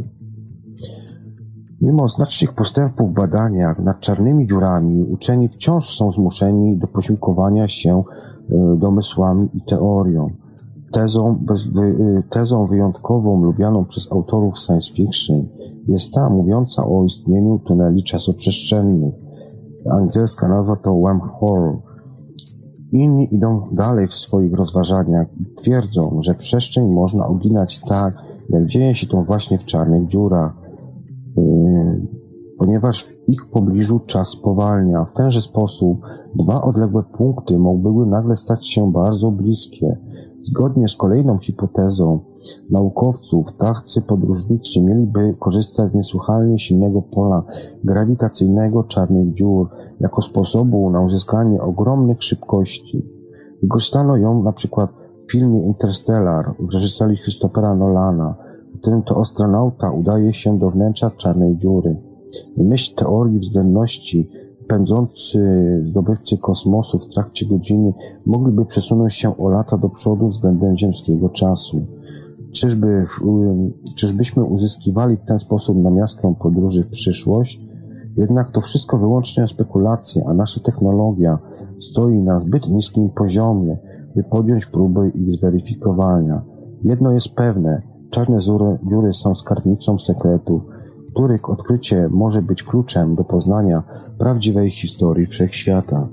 Mimo znacznych postępów w badaniach nad czarnymi dziurami, uczeni wciąż są zmuszeni do posiłkowania się domysłami i teorią. Tezą, bez, tezą wyjątkową lubianą przez autorów science fiction jest ta mówiąca o istnieniu tuneli czasoprzestrzennych. Angielska nazwa to wormhole. Inni idą dalej w swoich rozważaniach i twierdzą, że przestrzeń można oginać tak, jak dzieje się to właśnie w czarnych dziurach, yy, ponieważ w ich pobliżu czas spowalnia. W tenże sposób dwa odległe punkty mogłyby nagle stać się bardzo bliskie. Zgodnie z kolejną hipotezą naukowców, dawcy podróżnicy mieliby korzystać z niesłychanie silnego pola grawitacyjnego czarnych dziur jako sposobu na uzyskanie ogromnych szybkości. Wykorzystano ją na przykład w filmie Interstellar w reżyserii Christophera Nolana, w którym to astronauta udaje się do wnętrza czarnej dziury. W myśl teorii względności pędzący zdobywcy kosmosu w trakcie godziny mogliby przesunąć się o lata do przodu względem ziemskiego czasu. Czyżby, czyżbyśmy uzyskiwali w ten sposób namiastkę podróży w przyszłość? Jednak to wszystko wyłącznie spekulacje, a nasza technologia stoi na zbyt niskim poziomie, by podjąć próbę ich zweryfikowania. Jedno jest pewne, czarne dziury są skarbnicą sekretów, których odkrycie może być kluczem do poznania prawdziwej historii wszechświata.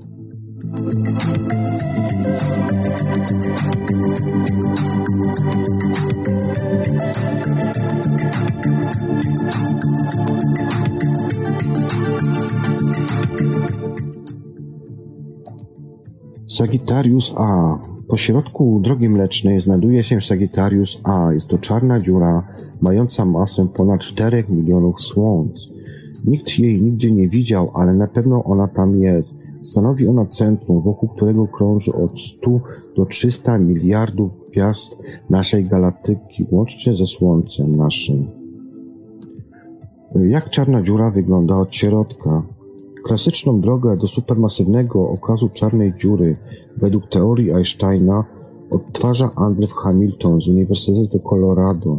Sagittarius A. Po środku Drogi Mlecznej znajduje się Sagittarius A. Jest to czarna dziura mająca masę ponad czterech milionów słońc. Nikt jej nigdy nie widział, ale na pewno ona tam jest. Stanowi ona centrum, wokół którego krąży od stu do trzystu miliardów gwiazd naszej galaktyki, łącznie ze Słońcem naszym. Jak czarna dziura wygląda od środka? Klasyczną drogę do supermasywnego okazu czarnej dziury według teorii Einsteina odtwarza Andrew Hamilton z Uniwersytetu Colorado.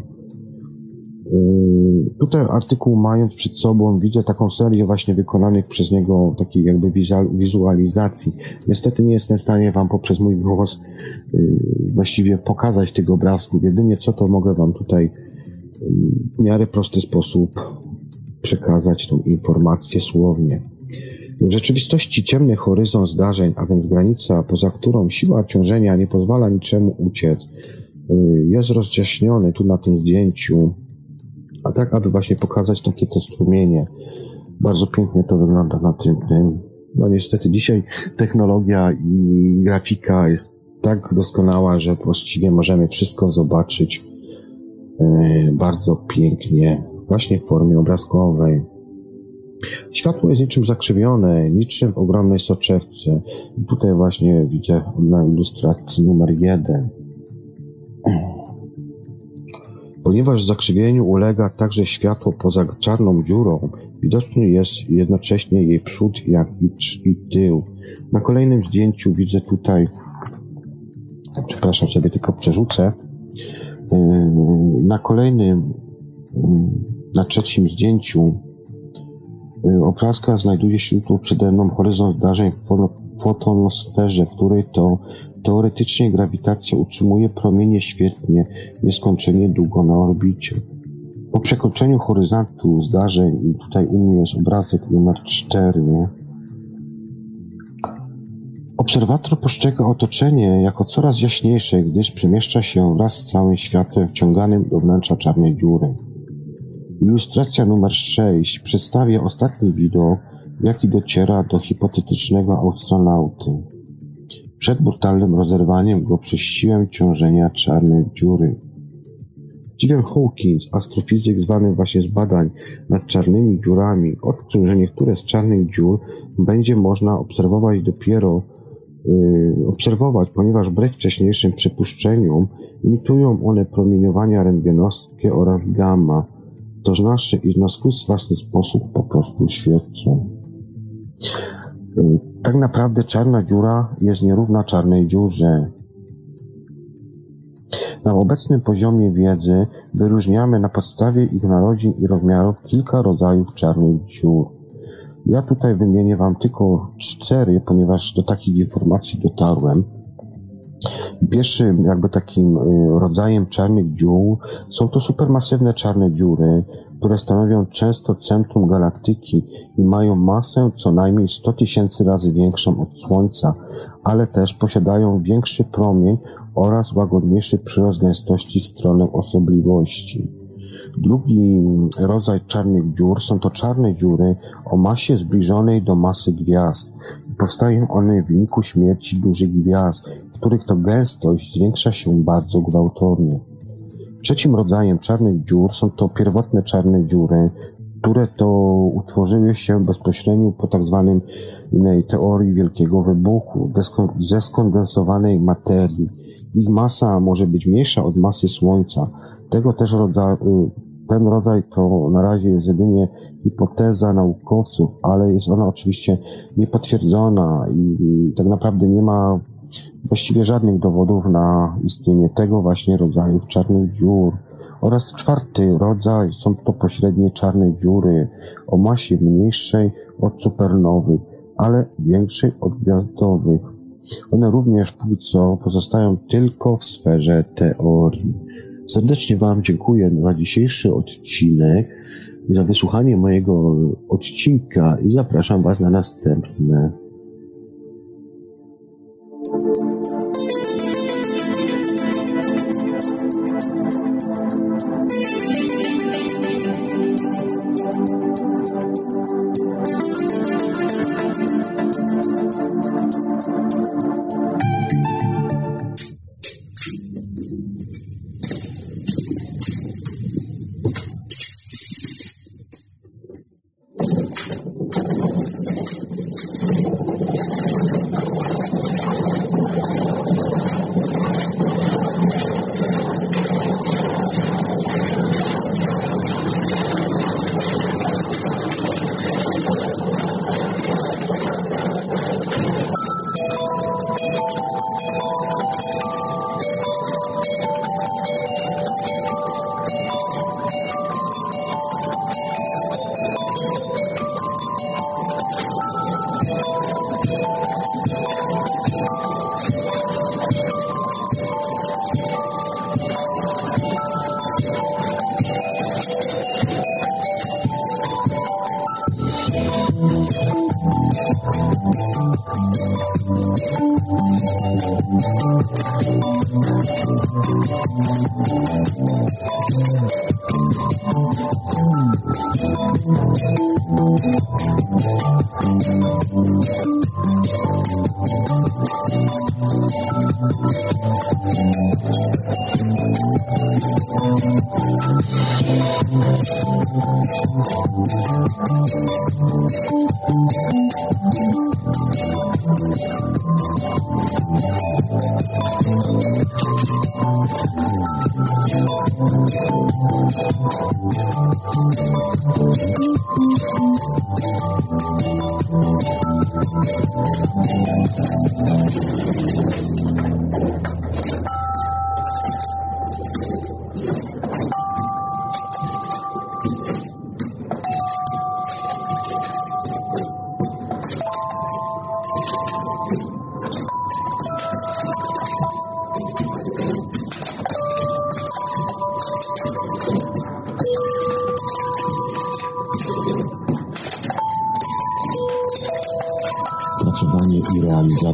Yy, tutaj artykuł mając przed sobą widzę taką serię właśnie wykonanych przez niego takich jakby wizualizacji. Niestety nie jestem w stanie wam poprzez mój głos yy, właściwie pokazać tych obrazków. Jedynie co to mogę wam tutaj yy, w miarę prosty sposób przekazać tą informację słownie. W rzeczywistości ciemny horyzont zdarzeń, a więc granica, poza którą siła ciążenia nie pozwala niczemu uciec, jest rozjaśniony tu na tym zdjęciu, a tak, aby właśnie pokazać takie te strumienie. Bardzo pięknie to wygląda na tym. No niestety dzisiaj technologia i grafika jest tak doskonała, że właściwie możemy wszystko zobaczyć bardzo pięknie, właśnie w formie obrazkowej. Światło jest niczym zakrzywione, niczym w ogromnej soczewce. I tutaj właśnie widzę na ilustracji numer jeden. Ponieważ zakrzywieniu ulega także światło poza czarną dziurą, widoczny jest jednocześnie jej przód jak i, i tył. Na kolejnym zdjęciu widzę tutaj, przepraszam, sobie tylko przerzucę, na kolejnym, na trzecim zdjęciu obrazka znajduje się tu przede mną horyzont zdarzeń w fotonosferze, w której to teoretycznie grawitacja utrzymuje promienie świetnie nieskończenie długo na orbicie. Po przekroczeniu horyzontu zdarzeń, i tutaj u mnie jest obrazek numer cztery, Obserwator postrzega otoczenie jako coraz jaśniejsze, gdyż przemieszcza się wraz z całym światem wciąganym do wnętrza czarnej dziury. Ilustracja numer sześć przedstawia ostatni widok, jaki dociera do hipotetycznego astronauty. Przed brutalnym rozerwaniem go przez siłę ciążenia czarnej dziury. Stephen Hawking, astrofizyk zwany właśnie z badań nad czarnymi dziurami, odkrył, że niektóre z czarnych dziur będzie można obserwować dopiero yy, obserwować, ponieważ wbrew wcześniejszym przypuszczeniom imitują one promieniowania rentgenowskie oraz gamma, to znaczy, iż na swój własny sposób po prostu świecą. Yy, tak naprawdę czarna dziura jest nierówna czarnej dziurze. Na obecnym poziomie wiedzy wyróżniamy na podstawie ich narodzin i rozmiarów kilka rodzajów czarnych dziur. Ja tutaj wymienię Wam tylko cztery, ponieważ do takich informacji dotarłem. Pierwszym jakby takim rodzajem czarnych dziur są to supermasywne czarne dziury, które stanowią często centrum galaktyki i mają masę co najmniej sto tysięcy razy większą od Słońca, ale też posiadają większy promień oraz łagodniejszy przyrost gęstości w stronę osobliwości. Drugi rodzaj czarnych dziur są to czarne dziury o masie zbliżonej do masy gwiazd. Powstają one w wyniku śmierci dużych gwiazd, których to gęstość zwiększa się bardzo gwałtownie. Trzecim rodzajem czarnych dziur są to pierwotne czarne dziury, które to utworzyły się bezpośrednio po tak zwanym teorii wielkiego wybuchu, ze skondensowanej materii. Ich masa może być mniejsza od masy Słońca. Tego też rodzaju, ten rodzaj to na razie jest jedynie hipoteza naukowców, ale jest ona oczywiście niepotwierdzona i, i tak naprawdę nie ma właściwie żadnych dowodów na istnienie tego właśnie rodzaju czarnych dziur. Oraz czwarty rodzaj są to pośrednie czarne dziury o masie mniejszej od supernowych, ale większej od gwiazdowych. One również póki co pozostają tylko w sferze teorii. Serdecznie Wam dziękuję za dzisiejszy odcinek, za wysłuchanie mojego odcinka i zapraszam Was na następne.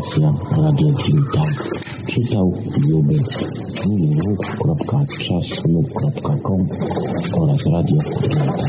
Stacja Radio Delta. Czytał Juby w w w kropka czasnów kropka com oraz Radio Delta.